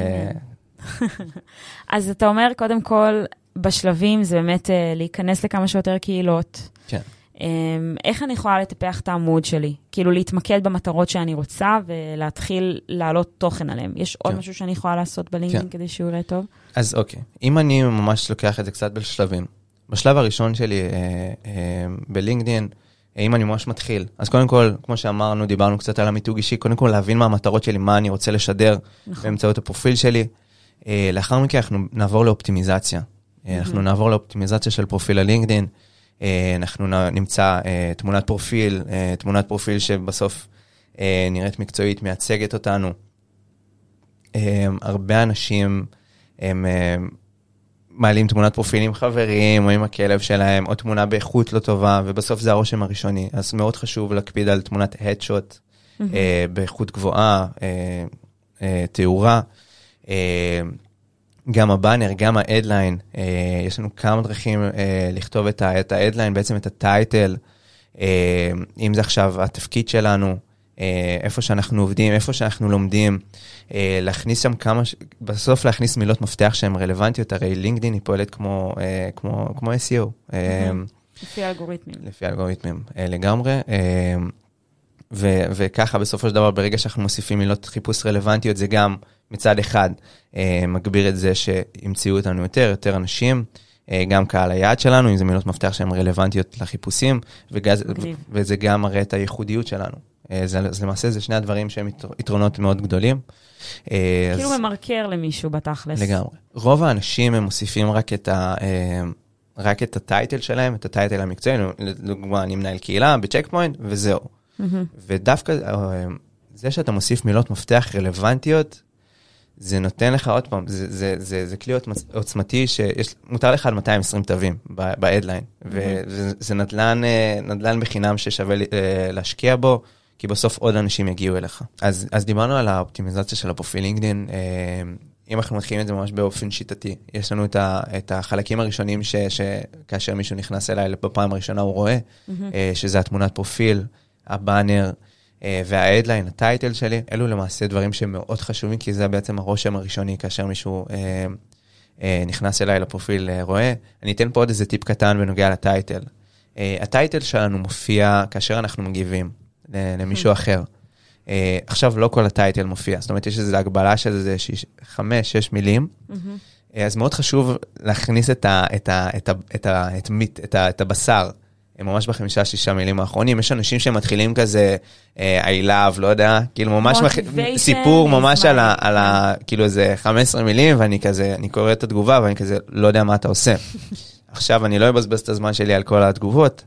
אז אתה אומר, קודם כל, בשלבים זה באמת להיכנס לכמה שיותר קהילות. כן. איך אני יכולה לטפח את העמוד שלי? כאילו להתמקד במטרות שאני רוצה ולהתחיל לעלות תוכן עליהם. יש עוד משהו שאני יכולה לעשות בלינקדין כדי שהוא יראה טוב? אז אוקיי, אם אני ממש לוקח את זה קצת בשלבים. בשלב הראשון שלי בלינקדין, אם אני ממש מתחיל, אז קודם כל, כמו שאמרנו, דיברנו קצת על המיתוג אישי, קודם כל להבין מה המטרות שלי, מה אני רוצה לשדר באמצעות הפרופיל שלי. לאחר מכן אנחנו נעבור לאופטימיזציה. אנחנו נעבור לאופטימיזציה של פרופיל הלינקדין. אנחנו נמצא תמונת פרופיל, תמונת פרופיל שבסוף נראית מקצועית, מייצגת אותנו. הרבה אנשים הם מעלים תמונת פרופיל עם חברים או עם הכלב שלהם, או תמונה באיכות לא טובה, ובסוף זה הרושם הראשוני. אז מאוד חשוב להקפיד על תמונת הדשוט, באיכות גבוהה, תאורה. גם הבאנר, גם ההדליין, אה, יש לנו כמה דרכים אה, לכתוב את, ה, את ההדליין, בעצם את הטייטל, אה, אם זה עכשיו התפקיד שלנו, אה, איפה שאנחנו עובדים, איפה שאנחנו לומדים, אה, להכניס שם כמה, בסוף להכניס מילות מפתח שהן רלוונטיות, הרי לינקדין היא פועלת כמו, אה, כמו, כמו אס אי או. אה, לפי האלגוריתמים. לפי האלגוריתמים, אה, לגמרי. אה, ו, וככה בסופו של דבר, ברגע שאנחנו מוסיפים מילות חיפוש רלוונטיות, זה גם מצד אחד אה, מגביר את זה שימצאו אותנו יותר, יותר אנשים, אה, גם קהל היעד שלנו, אם זה מילות מפתח שהן רלוונטיות לחיפושים, וגז, וזה גם מראה את הייחודיות שלנו. אה, זה, אז למעשה זה שני הדברים שהם יתרונות מאוד גדולים. אה, כאילו אז, ממרקר למישהו בתכלס. לגמרי. רוב האנשים הם מוסיפים רק את ה... אה, רק את הטייטל שלהם, את הטייטל המקצועי, לדוגמה, אני מנהל קהילה בצ'ק פוינט, וזהו. ודווקא זה שאתה מוסיף מילות מפתח רלוונטיות, זה נותן לך עוד פעם, זה, זה, זה, זה כלי עוצמתי שיש, מותר לך על מאתיים ועשרים תווים בהדליין, וזה נדלן, נדלן בחינם ששווה להשקיע בו, כי בסוף עוד אנשים יגיעו אליך. אז, אז דיברנו על האופטימיזציה של הפרופיל לינקדין, אם אנחנו מתחילים את זה ממש באופן שיטתי, יש לנו את, ה, את החלקים הראשונים ש, שכאשר מישהו נכנס אליי בפעם הראשונה הוא רואה, שזה התמונת פרופיל, הבאנר, וההדליין, הטייטל שלי, אלו למעשה דברים שמאוד חשובים, כי זה בעצם הרושם הראשוני, כאשר מישהו אה, אה, נכנס אליי לפרופיל אה, רואה. אני אתן פה עוד איזה טיפ קטן בנוגע לטייטל. אה, הטייטל שלנו מופיע כאשר אנחנו מגיבים למישהו אחר. אה, עכשיו לא כל הטייטל מופיע, זאת אומרת יש איזו הגבלה של איזה חמש, שש מילים, אה, אז מאוד חשוב להכניס את, ה, את, ה, את, ה, את, ה, את, ה, את, ה, את הבשר, ממש בחמישה, שישה מילים האחרונים. יש אנשים שמתחילים כזה, I love, לא יודע, כאילו ממש, סיפור ממש על ה, על ה, כאילו איזה חמש עשרה מילים, ואני כזה, אני קורא את התגובה, ואני כזה, לא יודע מה אתה עושה. עכשיו, אני לא אבזבז את הזמן שלי על כל התגובות,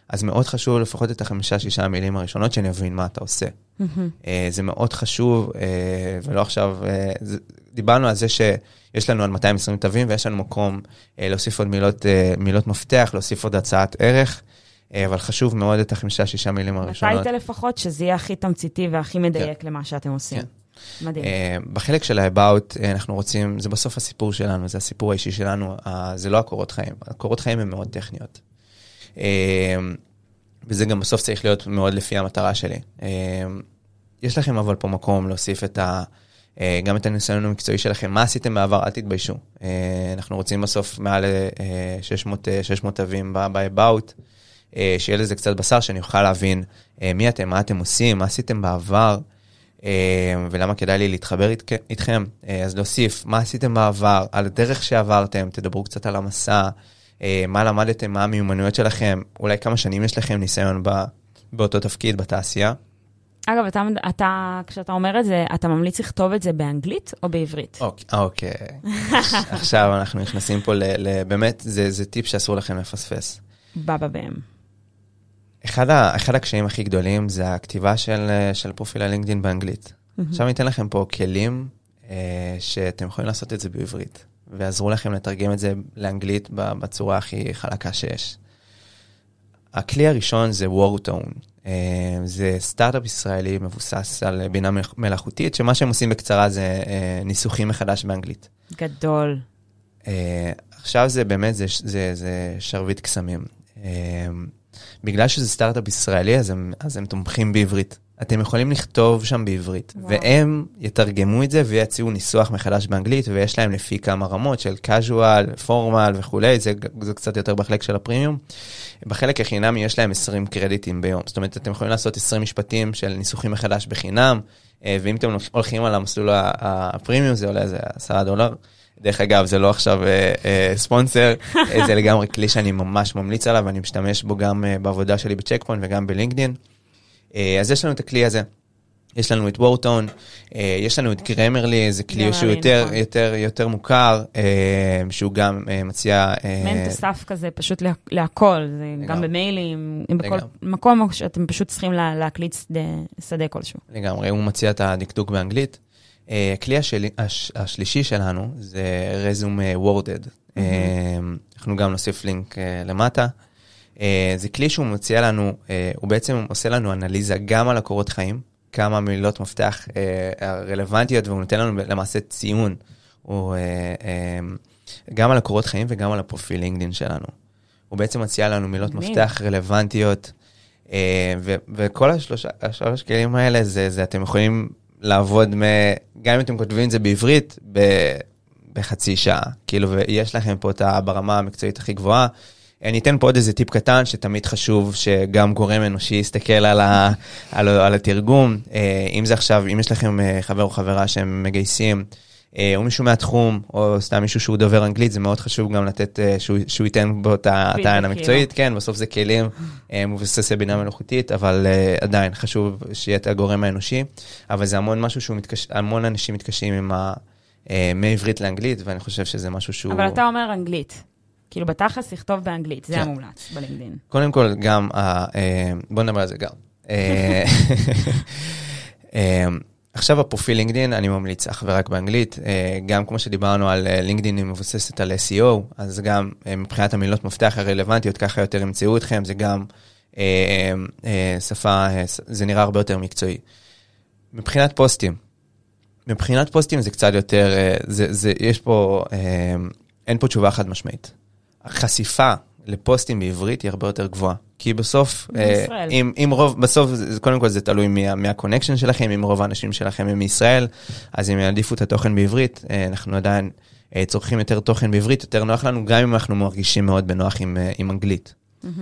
אז מאוד חשוב לפחות את החמישה, שישה המילים הראשונות, שאני אבין מה אתה עושה. זה מאוד חשוב, ולא עכשיו, דיברנו על זה שיש לנו עד מאתיים ועשרים תווים, ויש לנו מקום להוסיף עוד מילות, מילות מפתח, להוסיף עוד הצעת ערך, אבל חשוב מאוד את החמישה, שישה מילים הראשונות. הטייטל לפחות, שזה יהיה הכי תמציתי והכי מדייק למה שאתם עושים. מדהים. בחלק של ה-About, אנחנו רוצים, זה בסוף הסיפור שלנו, זה הסיפור האישי שלנו, זה לא הקורות חיים. הקורות חיים הן מאוד טכניות. וזה גם בסוף צריך להיות מאוד לפי המטרה שלי. יש לכם אבל פה מקום להוסיף את ה... גם את הניסיון המקצועי שלכם. מה עשיתם בעבר? אל תתביישו. אנחנו רוצים בסוף מעל שש מאות תווים ב-About, שיהיה לזה קצת בשר, שאני אוכל להבין מי אתם, מה אתם עושים, מה עשיתם בעבר, ולמה כדאי לי להתחבר איתכם. אז להוסיף, מה עשיתם בעבר, על הדרך שעברתם, תדברו קצת על המסע, מה למדתם, מה המיומנויות שלכם, אולי כמה שנים יש לכם ניסיון באותו תפקיד, בתעשייה. אגב, אתה, אתה, כשאתה אומר את זה, אתה ממליץ לכתוב את זה באנגלית או בעברית? אוקיי, אוקיי. עכשיו אנחנו נכנסים פה ל, באמת, זה, זה טיפ שאסור לכם לפספס. בבא בהם. אחד, ה, אחד הקשיים הכי גדולים זה הכתיבה של, של פרופיל הלינקדין באנגלית. עכשיו אני אתן לכם פה כלים אה, שאתם יכולים לעשות את זה בעברית, ועזרו לכם לתרגם את זה לאנגלית בצורה הכי חלקה שיש. הכלי הראשון זה וורטון. זה סטארט-אפ ישראלי מבוסס על בינה מלאכותית, שמה שהם עושים בקצרה זה ניסוחים מחדש באנגלית. גדול. עכשיו זה באמת, זה, זה, זה שרביט קסמים. בגלל שזה סטארט-אפ ישראלי, אז הם, אז הם תומכים בעברית. אתם יכולים לכתוב שם בעברית, וואו. והם יתרגמו את זה ויציעו ניסוח מחדש באנגלית, ויש להם לפי כמה רמות של casual, formal וכולי, זה, זה קצת יותר בחלק של הפרימיום. בחלק החינמי יש להם עשרים קרדיטים ביום, זאת אומרת, אתם יכולים לעשות עשרים משפטים של ניסוחים מחדש בחינם, ואם אתם הולכים על המסלול הפרימיום, זה עולה איזה עשרה דולר. דרך אגב, זה לא עכשיו אה, אה, ספונסר, אה, זה לגמרי כלי שאני ממש ממליץ עליו, ואני משתמש בו גם אה, בעבודה שלי בצ'קפוינט וגם בלינקדין. אה, אז יש לנו את הכלי הזה. יש לנו את וורטון, אה, יש לנו את גרמרלי, זה כלי שהוא יותר, נכון. יותר, יותר מוכר, אה, שהוא גם אה, מציע... אה, מנטוסף כזה, פשוט לה, להכל, זה לגמרי. גם במיילים, בכל מקום שאתם פשוט צריכים לה, להקליט שדה, שדה כלשהו. לגמרי, הוא מציע את הדקדוק באנגלית. הכלי השלי, הש, השלישי שלנו זה רזום וורדד. Mm-hmm. אנחנו גם נוסיף לינק למטה. זה כלי שהוא מציע לנו, הוא בעצם עושה לנו אנליזה גם על הקורות חיים, כמה מילות מפתח רלוונטיות, והוא נותן לנו למעשה ציון, הוא, גם על הקורות חיים וגם על הפרופיל לינקדין שלנו. הוא בעצם מציע לנו מילות מפתח רלוונטיות, ו, וכל השלושה, השלוש כלים האלה, זה, זה אתם יכולים לעבוד, מ... גם אם אתם כותבים את זה בעברית, ב... בחצי שעה. כאילו, ויש לכם פה את ברמה המקצועית הכי גבוהה. אני אתן פה עוד איזה טיפ קטן, שתמיד חשוב שגם גורם אנושי יסתכל על, ה... על, על התרגום. אם זה עכשיו, אם יש לכם חבר או חברה שהם מגייסים, או מישהו מהתחום, או סתם מישהו שהוא דובר אנגלית, זה מאוד חשוב גם לתת, שהוא, שהוא ייתן בו את העין המקצועית, כן, בסוף זה כלים מבוססי בינה מלאכותית, אבל עדיין חשוב שיהיה את הגורם האנושי, אבל זה המון משהו שהוא מתקש... המון אנשים מתקשים עם ה... מעברית לאנגלית, ואני חושב שזה משהו שהוא... אבל אתה אומר אנגלית, כאילו בתכלס לכתוב באנגלית, זה המומלץ בלינקדין. קודם כל, גם, בוא נדבר על זה גם. עכשיו הפרופיל לינקדין, אני ממליץ אך ורק באנגלית, גם כמו שדיברנו על לינקדין היא מבוססת על אס אי או, אז גם מבחינת המילות מפתח הרלוונטיות, ככה יותר ימצאו אתכם, זה גם שפה, זה נראה הרבה יותר מקצועי. מבחינת פוסטים, מבחינת פוסטים זה קצת יותר, זה, זה, יש פה, אין פה תשובה חד משמעית. החשיפה לפוסטים בעברית היא הרבה יותר גבוהה. כי בסוף, אם, אם רוב, בסוף, קודם כל זה תלוי מה, מהקונקשן שלכם, אם רוב האנשים שלכם הם מישראל, אז אם יעדיפו את התוכן בעברית, אנחנו עדיין צורכים יותר תוכן בעברית, יותר נוח לנו, גם אם אנחנו מרגישים מאוד בנוח עם, עם אנגלית.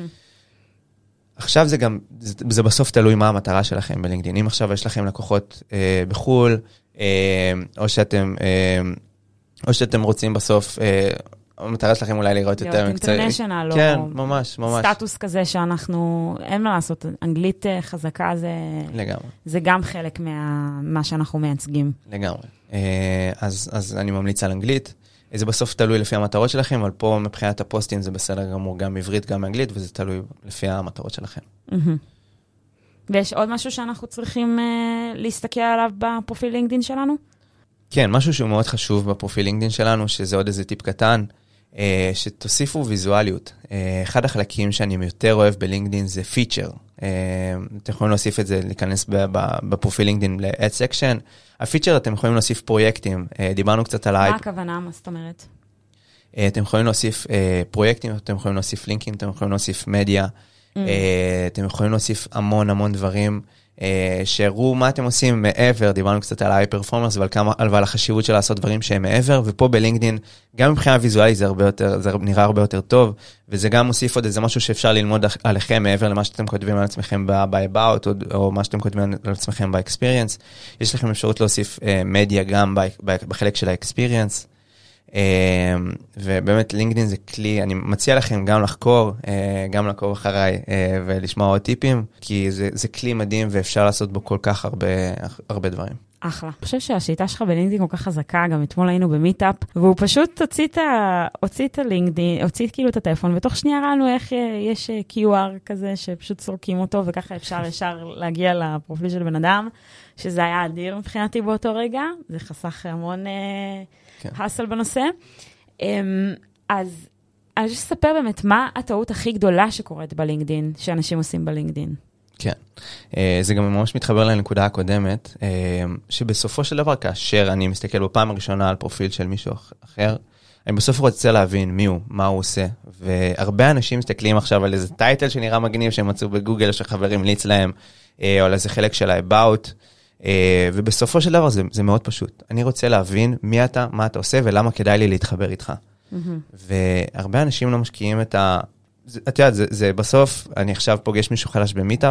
עכשיו זה גם, זה, זה בסוף תלוי מה המטרה שלכם בלינקדין. אם עכשיו יש לכם לקוחות אה, בחול, אה, או שאתם, אה, או שאתם רוצים בסוף, אה, המטרה שלכם אולי לראות יותר מקצועי. אינטרנשיונל, כן, ממש, ממש. סטטוס כזה שאנחנו, אין מה לעשות, אנגלית חזקה זה... לגמרי. זה גם חלק מה, מה שאנחנו מייצגים. לגמרי. אז, אז אני ממליץ על אנגלית. זה בסוף תלוי לפי המטרות שלכם, אבל פה מבחינת הפוסטים זה בסדר גמור, גם עברית, גם אנגלית, וזה תלוי לפי המטרות שלכם. ויש עוד משהו שאנחנו צריכים uh, להסתכל עליו בפרופיל לינקדין שלנו? כן, משהו שהוא מאוד חשוב בפרופיל לינקדין שלנו, שזה עוד איזה טיפ קטן, uh, שתוסיפו ויזואליות. Uh, אחד החלקים שאני יותר אוהב בלינקדין זה פיצ'ר. Uh, אתם יכולים להוסיף את זה, להיכנס בפרופיל לינקדין ל-Add Section. הפיצ'ר אתם יכולים להוסיף פרויקטים. Uh, דיברנו קצת על מה האייפ. הכוונה? מה זאת אומרת? Uh, אתם יכולים להוסיף uh, פרויקטים, אתם יכולים להוסיף לינקים, אתם יכולים להוסיף מדיה. Mm. Uh, אתם יכולים להוסיף המון המון דברים. שהראו מה אתם עושים מעבר, דיברנו קצת על ה-high-performance ועל החשיבות של לעשות דברים שהם מעבר, ופה בלינקדין, גם מבחינה ויזואלית זה הרבה יותר, זה נראה הרבה יותר טוב, וזה גם מוסיף עוד איזה משהו שאפשר ללמוד עליכם מעבר למה שאתם כותבים על עצמכם ב-about, או מה שאתם כותבים על עצמכם ב-experience. יש לכם אפשרות להוסיף מדיה גם בחלק של ה-experience, ובאמת לינקדין זה כלי, אני מציע לכם גם לחקור, גם לעקוב אחריי ולשמוע עוד טיפים, כי זה, זה כלי מדהים ואפשר לעשות בו כל כך הרבה, הרבה דברים. אחלה. אני חושב שהשיטה שלך בלינקדין כל כך חזקה, גם אתמול היינו במיטאפ, והוא פשוט הוציא את, הוציא את הלינקדין, הוציא כאילו את הטלפון, ותוך שנייה ראינו איך יש קיו אר כזה שפשוט סורקים אותו, וככה אפשר ישר להגיע לפרופיל של בן אדם, שזה היה אדיר מבחינתי באותו רגע, זה חסך המון כן. הסל בנושא. אז אני חושב שספר באמת מה הטעות הכי גדולה שקורית בלינקדין, שאנשים עושים בלינקדין. כן, זה גם ממש מתחבר לנקודה הקודמת, שבסופו של דבר, כאשר אני מסתכל בפעם הראשונה על פרופיל של מישהו אחר, אני בסוף רוצה להבין מי הוא, מה הוא עושה, והרבה אנשים מסתכלים עכשיו על איזה טייטל שנראה מגניב, שהם מצאו בגוגל שחברים ליץ להם, או על איזה חלק של ה-about, ובסופו של דבר זה, זה מאוד פשוט. אני רוצה להבין מי אתה, מה אתה עושה, ולמה כדאי לי להתחבר איתך. והרבה אנשים לא משקיעים את ה... את יודעת, זה, זה בסוף, אני עכשיו פוגש מישהו חלש במיטאפ,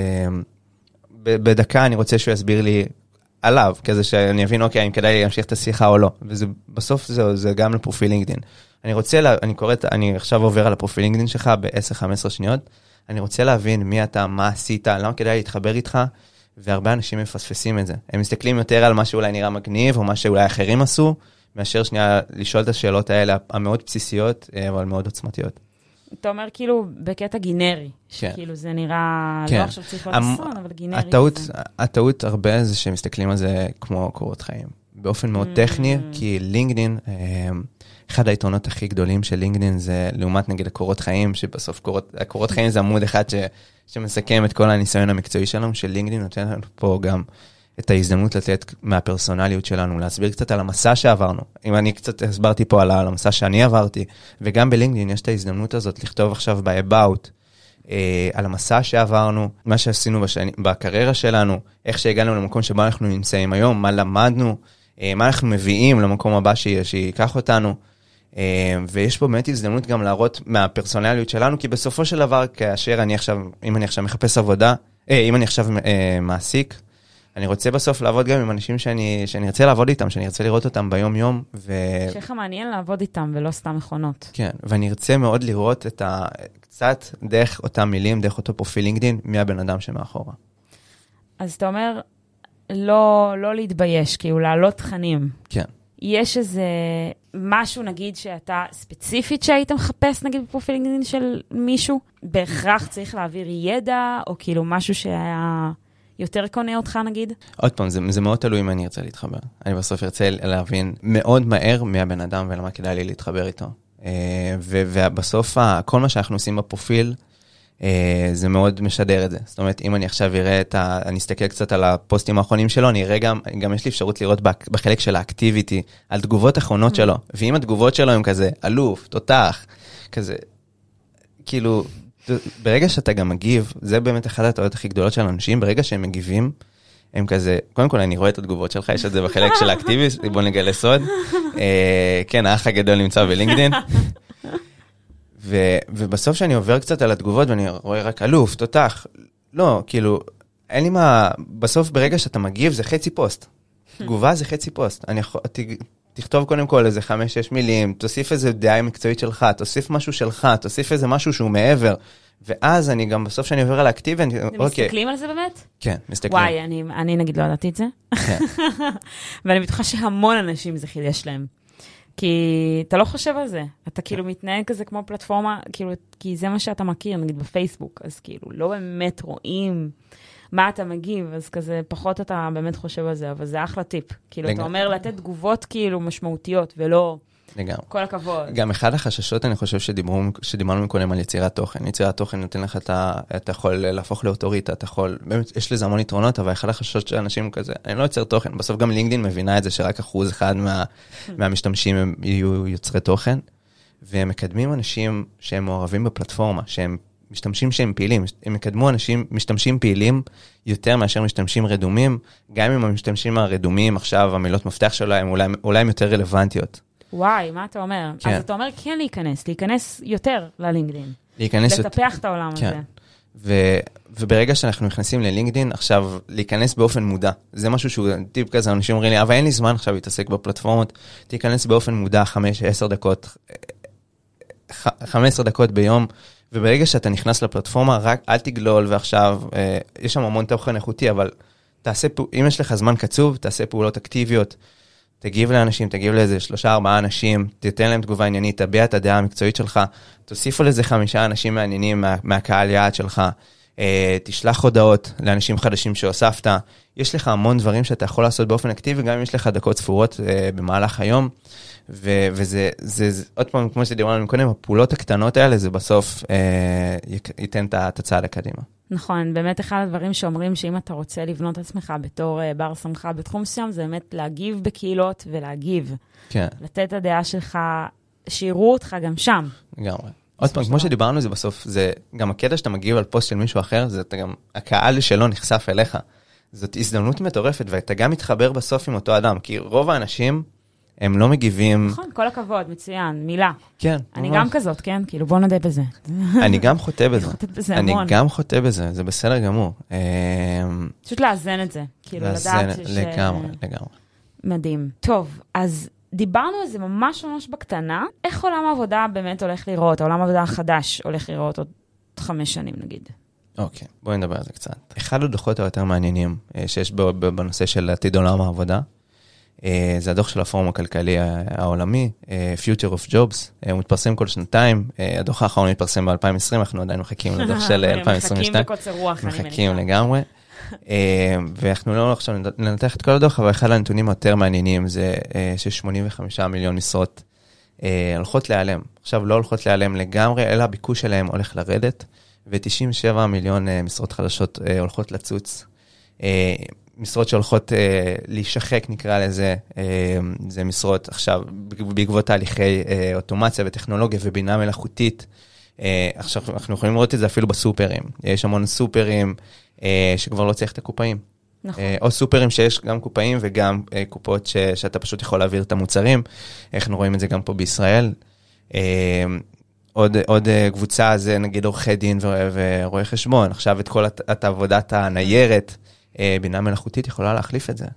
בדקה אני רוצה שהוא יסביר לי עליו, כזה שאני אבין, אוקיי, אם כדאי להמשיך את השיחה או לא. וזה, בסוף זה, זה גם לפרופיל לינקדין. אני רוצה, לה, אני קוראת, אני עכשיו עובר על הפרופיל לינקדין שלך ב-עשר חמש עשרה שניות, אני רוצה להבין מי אתה, מה עשית, למה כדאי להתחבר איתך, והרבה אנשים מפספסים את זה. הם מסתכלים יותר על מה שאולי נראה מגניב, או מה שאולי אחרים עשו, מאשר שנייה לשאול את השאלות האלה, המאוד בסיסיות, אבל מאוד עוצמתיות. אתה אומר כאילו בקטע גינרי, שכאילו זה נראה, לא עכשיו צריך להיות אסון, אבל גינרי. הטעות הרבה זה שמסתכלים על זה כמו קורות חיים. באופן מאוד טכני, כי לינקדין, אחד היתרונות הכי גדולים של לינקדין זה לעומת נגיד הקורות חיים, שבסוף הקורות חיים זה עמוד אחד שמסכם את כל הניסיון המקצועי שלנו, של לינקדין נותן לנו פה גם את ההזדמנות לתת מהפרסונליות שלנו, להסביר קצת על המסע שעברנו. אם אני קצת הסברתי פה על המסע שאני עברתי, וגם בלינקדין יש את ההזדמנות הזאת לכתוב עכשיו ב-about, אה, על המסע שעברנו, מה שעשינו בשני, בקריירה שלנו, איך שהגענו למקום שבו אנחנו נמצאים היום, מה למדנו, אה, מה אנחנו מביאים למקום הבא שיקח אותנו, אה, ויש פה באמת הזדמנות גם להראות מהפרסונליות שלנו, כי בסופו של דבר, כאשר אני עכשיו, אם אני עכשיו מחפש עבודה, אה, אם אני עכשיו אה, מעסיק, אני רוצה בסוף לעבוד גם עם אנשים שאני, שאני ארצה לעבוד איתם, שאני ארצה לראות אותם ביום יום. ו... שאיך מעניין לעבוד איתם ולא סתם מכונות. כן, ואני ארצה מאוד לראות את ה... קצת דרך אותם מילים, דרך אותו פרופיל לינקדין, מי הבן אדם שמאחורה. אז אתה אומר, לא, לא להתבייש, כאילו לעלות תכנים. כן. יש איזה משהו, נגיד, שאתה ספציפית שהיית מחפש, נגיד, בפרופיל לינקדין של מישהו, בהכרח צריך להעביר ידע, או כאילו משהו שהיה... יותר קונה אותך, נגיד? עוד פעם, זה, זה מאוד תלוי אם אני ארצה להתחבר. אני בסוף ארצה להבין מאוד מהר מי הבן אדם ולמה כדאי לי להתחבר איתו. ו, ובסוף, כל מה שאנחנו עושים בפרופיל, זה מאוד משדר את זה. זאת אומרת, אם אני עכשיו אראה את ה... אני אסתכל קצת על הפוסטים האחרונים שלו, אני אראה גם, גם יש לי אפשרות לראות בחלק של האקטיביטי, על תגובות האחרונות שלו. ואם התגובות שלו הם כזה, אלוף, תותח, כזה, כאילו... ברגע שאתה גם מגיב, זה באמת אחת הטעויות הכי גדולות של אנשים, ברגע שהם מגיבים, הם כזה, קודם כל אני רואה את התגובות שלך, יש את זה בחלק של האקטיביסט, בוא נגלה סוד. כן, האח הגדול נמצא בלינקדין. ובסוף שאני עובר קצת על התגובות, ואני רואה רק אלוף, תותח, לא, כאילו, אין לי מה, בסוף ברגע שאתה מגיב, זה חצי פוסט. תגובה זה חצי פוסט. אני יכול... תכתוב קודם כל איזה חמש, שש מילים, תוסיף איזה דעה מקצועית שלך, תוסיף משהו שלך, תוסיף איזה משהו שהוא מעבר, ואז אני גם בסוף שאני עובר על האקטיבי, אני... אתם מסתכלים על זה באמת? כן, מסתכלים. וואי, אני, אני נגיד לא ידעתי את זה. כן. ואני בטוחה שהמון אנשים זה חידש להם. כי אתה לא חושב על זה. אתה כאילו מתנהג כזה כמו פלטפורמה, כאילו, כי זה מה שאתה מכיר, נגיד בפייסבוק, אז כאילו, לא באמת רואים מה אתה מגיב, אז כזה פחות אתה באמת חושב על זה, אבל זה אחלה טיפ. כאילו, אתה אומר לתת תגובות כאילו משמעותיות, ולא לגמרי. כל הכבוד. גם אחד החששות, אני חושב שדיברנו מקודם על יצירת תוכן. יצירת תוכן נותן לך, אתה, אתה יכול להפוך לאוטוריטה, אתה יכול, באמת, יש לזה המון יתרונות, אבל אחד החששות שאנשים כזה, אני לא יוצר תוכן. בסוף גם לינקדין מבינה את זה, שרק אחוז אחד מה, מהמשתמשים הם יהיו יוצרי תוכן, והם מקדמים אנשים שהם מעורבים בפלטפורמה, שהם משתמשים שהם פעילים. הם מקדמו אנשים, משתמשים פעילים יותר מאשר משתמשים רדומים, גם אם המשתמשים הרדומים, עכשיו המילות מפתח שלהם, אולי, אולי הם יותר רלוונטיות. וואי, מה אתה אומר? כן. אז אתה אומר כן להיכנס, להיכנס יותר ללינקדין. להיכנס... לטפח את העולם כן. הזה. ו... וברגע שאנחנו נכנסים ללינקדין, עכשיו להיכנס באופן מודע. זה משהו שהוא טיפ כזה, אנשים אומרים לי, אבל אין לי זמן עכשיו להתעסק בפלטפורמות, תיכנס באופן מודע חמש, עשר דקות, חמש עשרה דקות ביום, וברגע שאתה נכנס לפלטפורמה, רק אל תגלול, ועכשיו, אה, יש שם המון תוכן איכותי, אבל תעשה, אם יש לך זמן קצוב, תעשה פעולות אקטיביות, תגיב לאנשים, תגיב לאיזה שלושה, ארבעה אנשים, תתן להם תגובה עניינית, תביע את הדעה המקצועית שלך, תוסיף על איזה חמישה אנשים מעניינים מה, מהקהל יעד שלך, אה, תשלח הודעות לאנשים חדשים שהוספת, יש לך המון דברים שאתה יכול לעשות באופן אקטיבי, גם אם יש לך דקות ספורות אה, במהלך היום, ו- וזה, זה, זה, עוד פעם, כמו שדיברנו קודם, הפעולות הקטנות האלה, זה בסוף אה, ייתן את הצעד הקדימה. נכון, באמת אחד הדברים שאומרים שאם אתה רוצה לבנות עצמך בתור uh, בר סמכה בתחום מסוים, זה באמת להגיב בקהילות ולהגיב. כן. לתת את הדעה שלך, שיראו אותך גם שם. לגמרי. עוד פעם, כמו שדיברנו, זה בסוף, זה גם הקטע שאתה מגיב על פוסט של מישהו אחר, זה גם, הקהל שלו נחשף אליך. זאת הזדמנות מטורפת, ואתה גם מתחבר בסוף עם אותו אדם, כי רוב האנשים, הם לא מגיבים... נכון, כל הכבוד, מצוין, מילה. כן. אני גם כזאת, כן? כאילו, בוא נדע בזה. אני גם חוטא בזה. חוטאת בזה המון. אני גם חוטא בזה, זה בסדר גמור. פשוט לאזן את זה. כאילו, לדעת ש... לגמרי, לגמרי. מדהים. טוב, אז דיברנו על זה ממש ממש בקטנה. איך עולם העבודה באמת הולך לראות? העולם העבודה החדש הולך לראות עוד חמש שנים, נגיד. אוקיי, בואי נדבר על זה קצת. אחד הדוחות היותר מעניינים שיש בנושא של עתיד עולם העבודה, זה הדוח של הפורום הכלכלי העולמי, Future of Jobs, הוא מתפרסם כל שנתיים, הדוח האחרון מתפרסם ב-אלפיים ועשרים, אנחנו עדיין מחכים לדוח של אלפיים עשרים ושתיים. מחכים בקוצר רוח, אני מניחה. מחכים לגמרי, ואנחנו לא עכשיו לנתח את כל הדוח, אבל אחד הנתונים היותר מעניינים זה ש-שמונים וחמישה מיליון משרות הולכות להיעלם. עכשיו לא הולכות להיעלם לגמרי, אלא הביקוש שלהם הולך לרדת, ו-תשעים ושבע מיליון משרות חדשות הולכות לצוץ. משרות שהולכות אה, להישחק, נקרא לזה, אה, זה משרות עכשיו, בעקבות תהליכי אה, אוטומציה וטכנולוגיה ובינה מלאכותית. אה, עכשיו, אנחנו יכולים לראות את זה אפילו בסופרים. יש המון סופרים אה, שכבר לא צריך את הקופאים. נכון. אה, או סופרים שיש גם קופאים וגם אה, קופות ש, שאתה פשוט יכול להעביר את המוצרים. אנחנו רואים את זה גם פה בישראל. אה, עוד, עוד קבוצה זה נגיד עורכי דין ורואי חשבון. עכשיו את כל את עבודת הניירת, בינה מלאכותית יכולה להחליף את זה.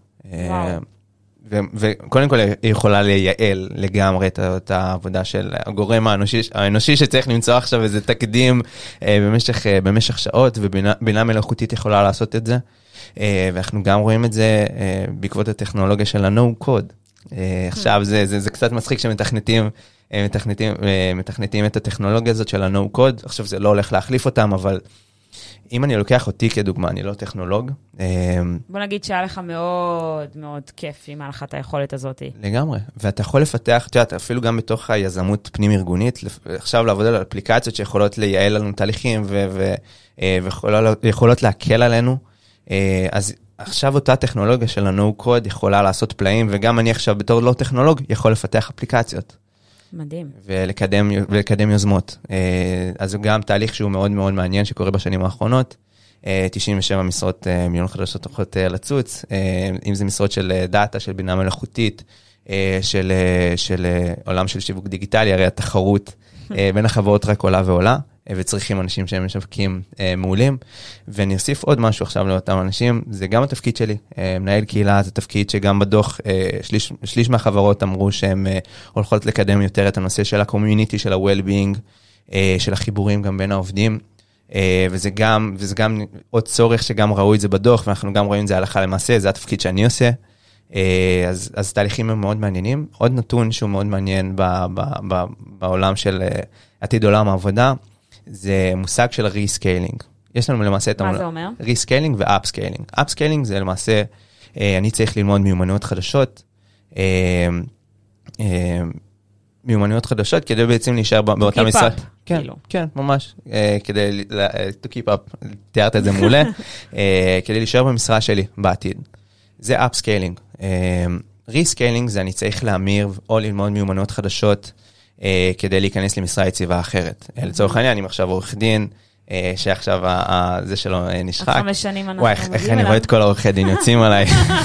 וקודם כל היא יכולה לייעל לגמרי את העבודה של הגורם האנושי שצריך למצוא עכשיו איזה תקדים במשך שעות, ובינה מלאכותית יכולה לעשות את זה. ואנחנו גם רואים את זה בעקבות הטכנולוגיה של ה-No Code. עכשיו זה קצת מצחיק שמתכנתים מתכנתים את הטכנולוגיה הזאת של ה-No Code. עכשיו זה לא הולך להחליף אותם, אבל אם אני לוקח אותי כדוגמה, אני לא טכנולוג. בוא נגיד שהיה לך מאוד מאוד כיף עם ההלכת היכולת הזאת. לגמרי. ואתה יכול לפתח, תראה, אפילו גם בתוך היזמות פנים ארגונית, עכשיו לעבוד על אפליקציות שיכולות לייעל לנו תהליכים ויכולות להקל עלינו. אז עכשיו אותה טכנולוגיה של ה-No Code יכולה לעשות פלאים, וגם אני עכשיו בתור לא טכנולוג יכול לפתח אפליקציות. מדהים. ולקדם, ולקדם יוזמות. אז זה גם תהליך שהוא מאוד מאוד מעניין שקורה בשנים האחרונות. תשעים ושבע משרות מיליון חדשות הולכות לצוץ, אם זה משרות של דאטה, של בינה מלאכותית, של, של עולם של שיווק דיגיטלי, הרי התחרות בין החברות רק עולה ועולה, וצריכים אנשים שהם משווקים מעולים. ואני אוסיף עוד משהו עכשיו לאותם אנשים, זה גם התפקיד שלי. מנהל קהילה זה תפקיד שגם בדוח, שליש, שליש מהחברות אמרו שהם הולכות לקדם יותר את הנושא של הקומיוניטי, של ה-well-being, של החיבורים גם בין העובדים. וזה גם, וזה גם עוד צורך שגם ראו את זה בדוח, ואנחנו גם רואים את זה הלכה למעשה, זה התפקיד שאני עושה. אז, אז תהליכים הם מאוד מעניינים. עוד נתון שהוא מאוד מעניין ב, ב, ב, בעולם של עתיד עולם העבודה, זה מושג של ריסקיילינג. יש לנו למעשה את מה זה אומר? ריסקיילינג ואפסקיילינג. אפסקיילינג זה למעשה, אני צריך ללמוד מיומנויות חדשות, מיומנויות חדשות, כדי בעצם להישאר באותה משרה. כן, כן, ממש. כדי, to keep up, תיארת את זה מעולה, כדי להישאר במשרה שלי בעתיד. זה אפסקיילינג. ריסקיילינג זה אני צריך להמיר או ללמוד מיומנויות חדשות, כדי להיכנס למשרה יציבה אחרת. לצורך העניין, אני עכשיו עורך דין, שעכשיו זה שלו נשחק. חמש שנים אנחנו מגיעים אליו. איך אני רואה את כל העורכי דין יוצאים עליי.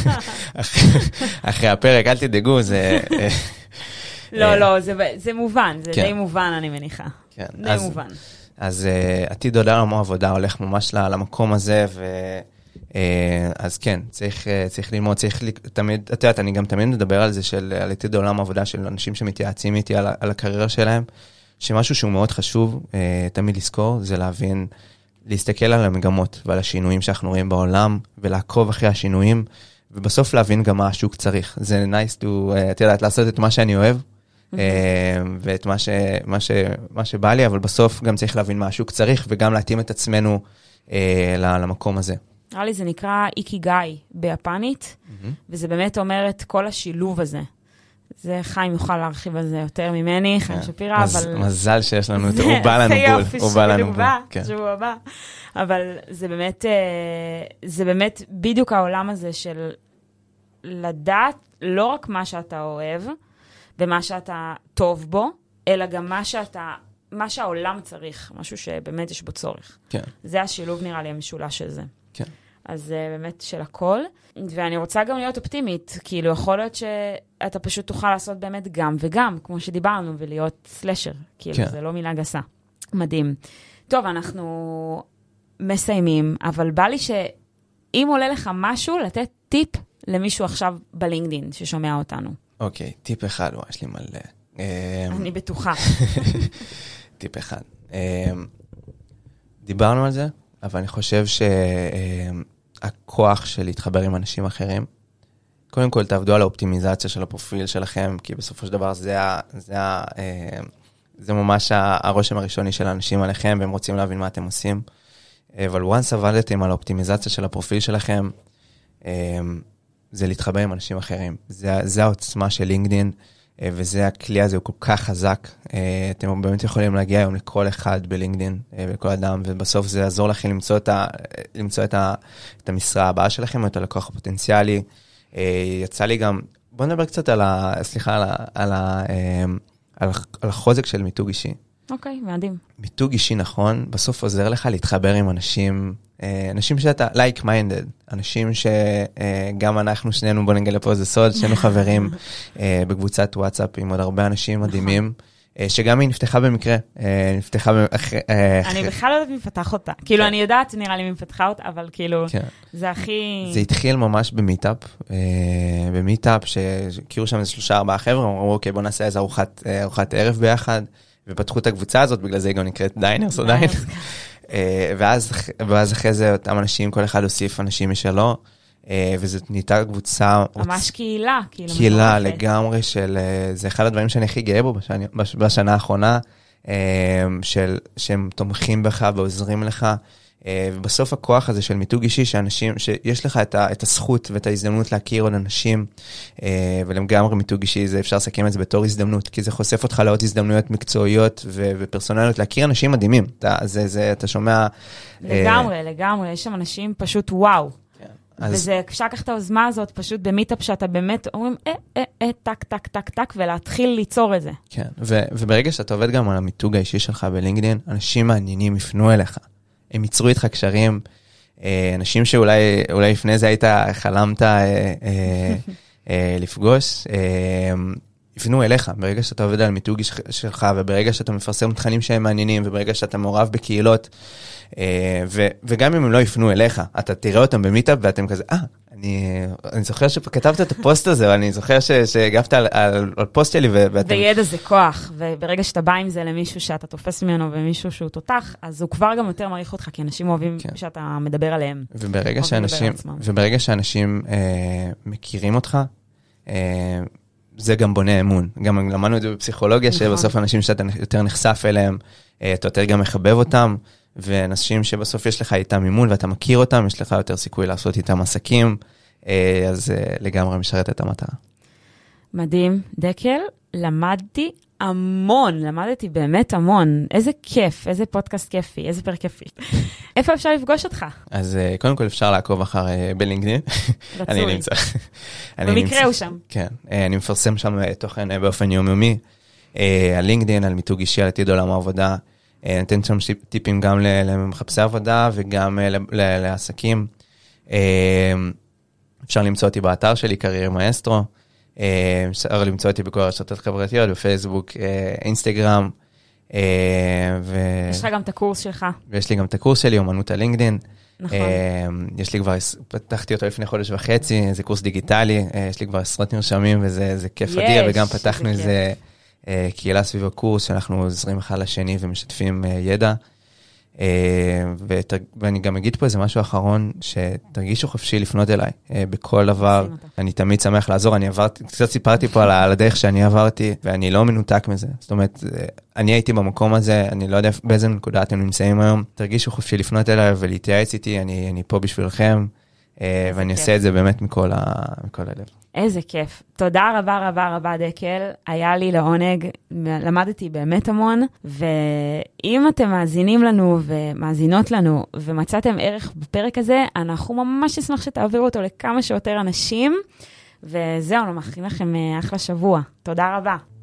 אחרי הפרק, אל תדאגו, זה... לא, לא, זה מובן, זה די מובן, אני מניחה. די מובן. אז עתיד עולם העבודה הולך ממש למקום הזה, אז כן, צריך ללמוד, צריך תמיד, את יודעת, אני גם תמיד מדבר על זה, על עתיד עולם העבודה של אנשים שמתייעצים איתי על הקריירה שלהם, שמשהו שהוא מאוד חשוב, תמיד לזכור, זה להבין, להסתכל על המגמות ועל השינויים שאנחנו רואים בעולם, ולעקוב אחרי השינויים, ובסוף להבין גם מה השוק צריך. זה nice to, את יודעת, לעשות את מה שאני אוהב, ואת מה ש, מה ש, מה שבא לי, אבל בסוף גם צריך להבין מה השוק צריך, וגם להתאים את עצמנו למקום הזה. נראה לי זה נקרא איקיגאי ביפנית, וזה באמת אומר את כל השילוב הזה. זה חיים יוכל להרחיב על זה יותר ממני, חיים שפירה, אבל... מזל שיש לנו, הוא בא לנו בול, הוא בא לנו בול. שבוע הבא. אבל זה באמת, זה באמת בדיוק העולם הזה של לדעת לא רק מה שאתה אוהב, ומה שאתה טוב בו, אלא גם מה שאתה, מה שהעולם צריך, משהו שבאמת יש בו צורך. כן. זה השילוב נראה לי המשולש של זה. כן. אז זה באמת של הכל. ואני רוצה גם להיות אופטימית, כאילו יכול להיות שאתה פשוט תוכל לעשות באמת גם וגם, כמו שדיברנו, ולהיות סלשר. כאילו כן. זה לא מילה גסה. מדהים. טוב, אנחנו מסיימים, אבל בא לי שאם עולה לך משהו, לתת טיפ למישהו עכשיו בלינקדין ששומע אותנו. אוקיי, טיפ אחד, וואי, יש לי מלא. אני בטוחה. טיפ אחד. דיברנו על זה, אבל אני חושב שהכוח של להתחבר עם אנשים אחרים, קודם כל תעבדו על האופטימיזציה של הפרופיל שלכם, כי בסופו של דבר זה, זה, זה ממש הרושם הראשוני של האנשים עליכם, והם רוצים להבין מה אתם עושים. אבל once עבדתם על האופטימיזציה של הפרופיל שלכם, זה להתחבר עם אנשים אחרים. זה, זה העוצמה של לינקדין, וזה הכלי הזה, הוא כל כך חזק. אתם באמת יכולים להגיע היום לכל אחד בלינקדין, ולכל אדם, ובסוף זה יעזור לכם למצוא את, ה, למצוא את, ה, את המשרה הבאה שלכם, או את הלקוח הפוטנציאלי. יצא לי גם, בואו נדבר קצת על ה, סליחה, על ה, על ה, על, על החוזק של מיתוג אישי. אוקיי, מדהים. מיתוג אישי נכון, בסוף עוזר לך להתחבר עם אנשים, אנשים שאתה like-minded, אנשים שגם אנחנו שנינו, בוא נגלה פה איזה סוד, שנינו חברים בקבוצת וואטסאפ עם עוד הרבה אנשים מדהימים, שגם היא נפתחה במקרה, נפתחה... אני בכלל לא יודעת מי מפתח אותה, כאילו אני יודעת, נראה לי מי מפתחה אותה, אבל כאילו זה הכי... זה התחיל ממש במיטאפ, במיטאפ שכירו שם איזה שלושה ארבעה חבר'ה, אמרו אוקיי בוא נעשה איזה ארוחת ערב ביחד, ופתחו את הקבוצה הזאת, בגלל זה היא גם נקראת דיינרס או דיינרס. ואז, ואז אחרי זה אותם אנשים, כל אחד הוסיף אנשים משלו, וזאת נהייתה קבוצה... ממש קהילה, כאילו. קהילה לגמרי של... זה אחד הדברים שאני הכי גאה בו בשנה, בשנה האחרונה, של, שהם תומכים בך ועוזרים לך, ובסוף הכוח הזה של מיתוג אישי, שאנשים, שיש לך את, ה, את הזכות ואת ההזדמנות להכיר עוד אנשים, ולגמרי מיתוג אישי, זה אפשר לסכם את זה בתור הזדמנות, כי זה חושף אותך לעוד הזדמנויות מקצועיות ו, ופרסונליות, להכיר אנשים מדהימים. אתה, זה, זה, אתה שומע... לגמרי, לגמרי, יש שם אנשים פשוט וואו. וזה, אפשר לקחת את האוזמה הזאת, פשוט במיטאפ שאתה באמת אומרים, אה, אה, אה, טק, טק, טק, טק, ולהתחיל ליצור את זה. כן, ו, וברגע שאתה עובד גם על המיתוג האישי שלך בלינקדין, אנשים מעניינים יפנו אליך. הם ייצרו איתך קשרים, אנשים שאולי אולי לפני זה היית חלמת לפגוש, יפנו אליך, ברגע שאתה עובד על מיתוג שלך, וברגע שאתה מפרסם תכנים שהם מעניינים, וברגע שאתה מעורב בקהילות, וגם אם הם לא יפנו אליך, אתה תראה אותם במיטאפ, ואתם כזה, אה, אני, אני זוכר שכתבת את הפוסט הזה, ואני זוכר שהגבת על, על, על פוסט שלי, ואתם... וידע זה כוח, וברגע שאתה בא עם זה למישהו שאתה תופס ממנו, ומישהו שהוא תותח, אז הוא כבר גם יותר מעריך אותך, כי אנשים אוהבים כן. שאתה מדבר עליהם. וברגע שאנשים, וברגע שאנשים אה, מכירים אותך, אה, זה גם בונה אמון. גם למדנו את זה בפסיכולוגיה, נכון. שבסוף אנשים שאתה יותר נחשף אליהם, אה, אתה יותר גם מחבב אותם, ואנשים שבסוף יש לך איתם מימון, ואתה מכיר אותם, יש לך יותר סיכוי לעשות איתם עסקים, אז לגמרי משרת את המטרה. מדהים. דקל, למדתי המון, למדתי באמת המון. איזה כיף, איזה פודקאסט כיפי, איזה פרק כיפי. איפה אפשר לפגוש אותך? אז קודם כל אפשר לעקוב אחר בלינקדאין. רצוי. אני נמצא. במקרה הוא שם. כן, אני מפרסם שם תוכן באופן יומיומי, על לינקדאין, על מיתוג אישי, על עתיד עולם העבודה, נתן שם טיפים גם למחפשי עבודה וגם לעסקים. אפשר למצוא אותי באתר שלי, קריירה מאסטרו. אפשר למצוא אותי בכל הרשתות חברתיות, בפייסבוק, אינסטגרם. יש לך גם את הקורס שלך. ויש לי גם את הקורס שלי, אומנות הלינקדאין. נכון. יש לי כבר, פתחתי אותו לפני חודש וחצי, זה קורס דיגיטלי, יש לי כבר עשרות נרשמים, וזה כיף אדיר, וגם פתחנו איזה... קהילה סביב הקורס, שאנחנו עוזרים אחד לשני ומשתפים ידע. ואני גם אגיד פה איזה משהו אחרון, שתרגישו חופשי לפנות אליי בכל דבר. אני תמיד שמח לעזור. אני עברתי, קצת סיפרתי פה על הדרך שאני עברתי, ואני לא מנותק מזה. זאת אומרת, אני הייתי במקום הזה, אני לא יודע באיזה נקודה אתם נמצאים היום. תרגישו חופשי לפנות אליי ולהתייעץ איתי, אני, אני פה בשבילכם, ואני עושה את זה באמת מכל הלב. איזה כיף. תודה רבה רבה רבה דקל, היה לי לעונג, למדתי באמת המון, ואם אתם מאזינים לנו ומאזינות לנו ומצאתם ערך בפרק הזה, אנחנו ממש נשמח שתעבירו אותו לכמה שיותר אנשים, וזהו, אנחנו מאחלים לכם אחלה שבוע. תודה רבה.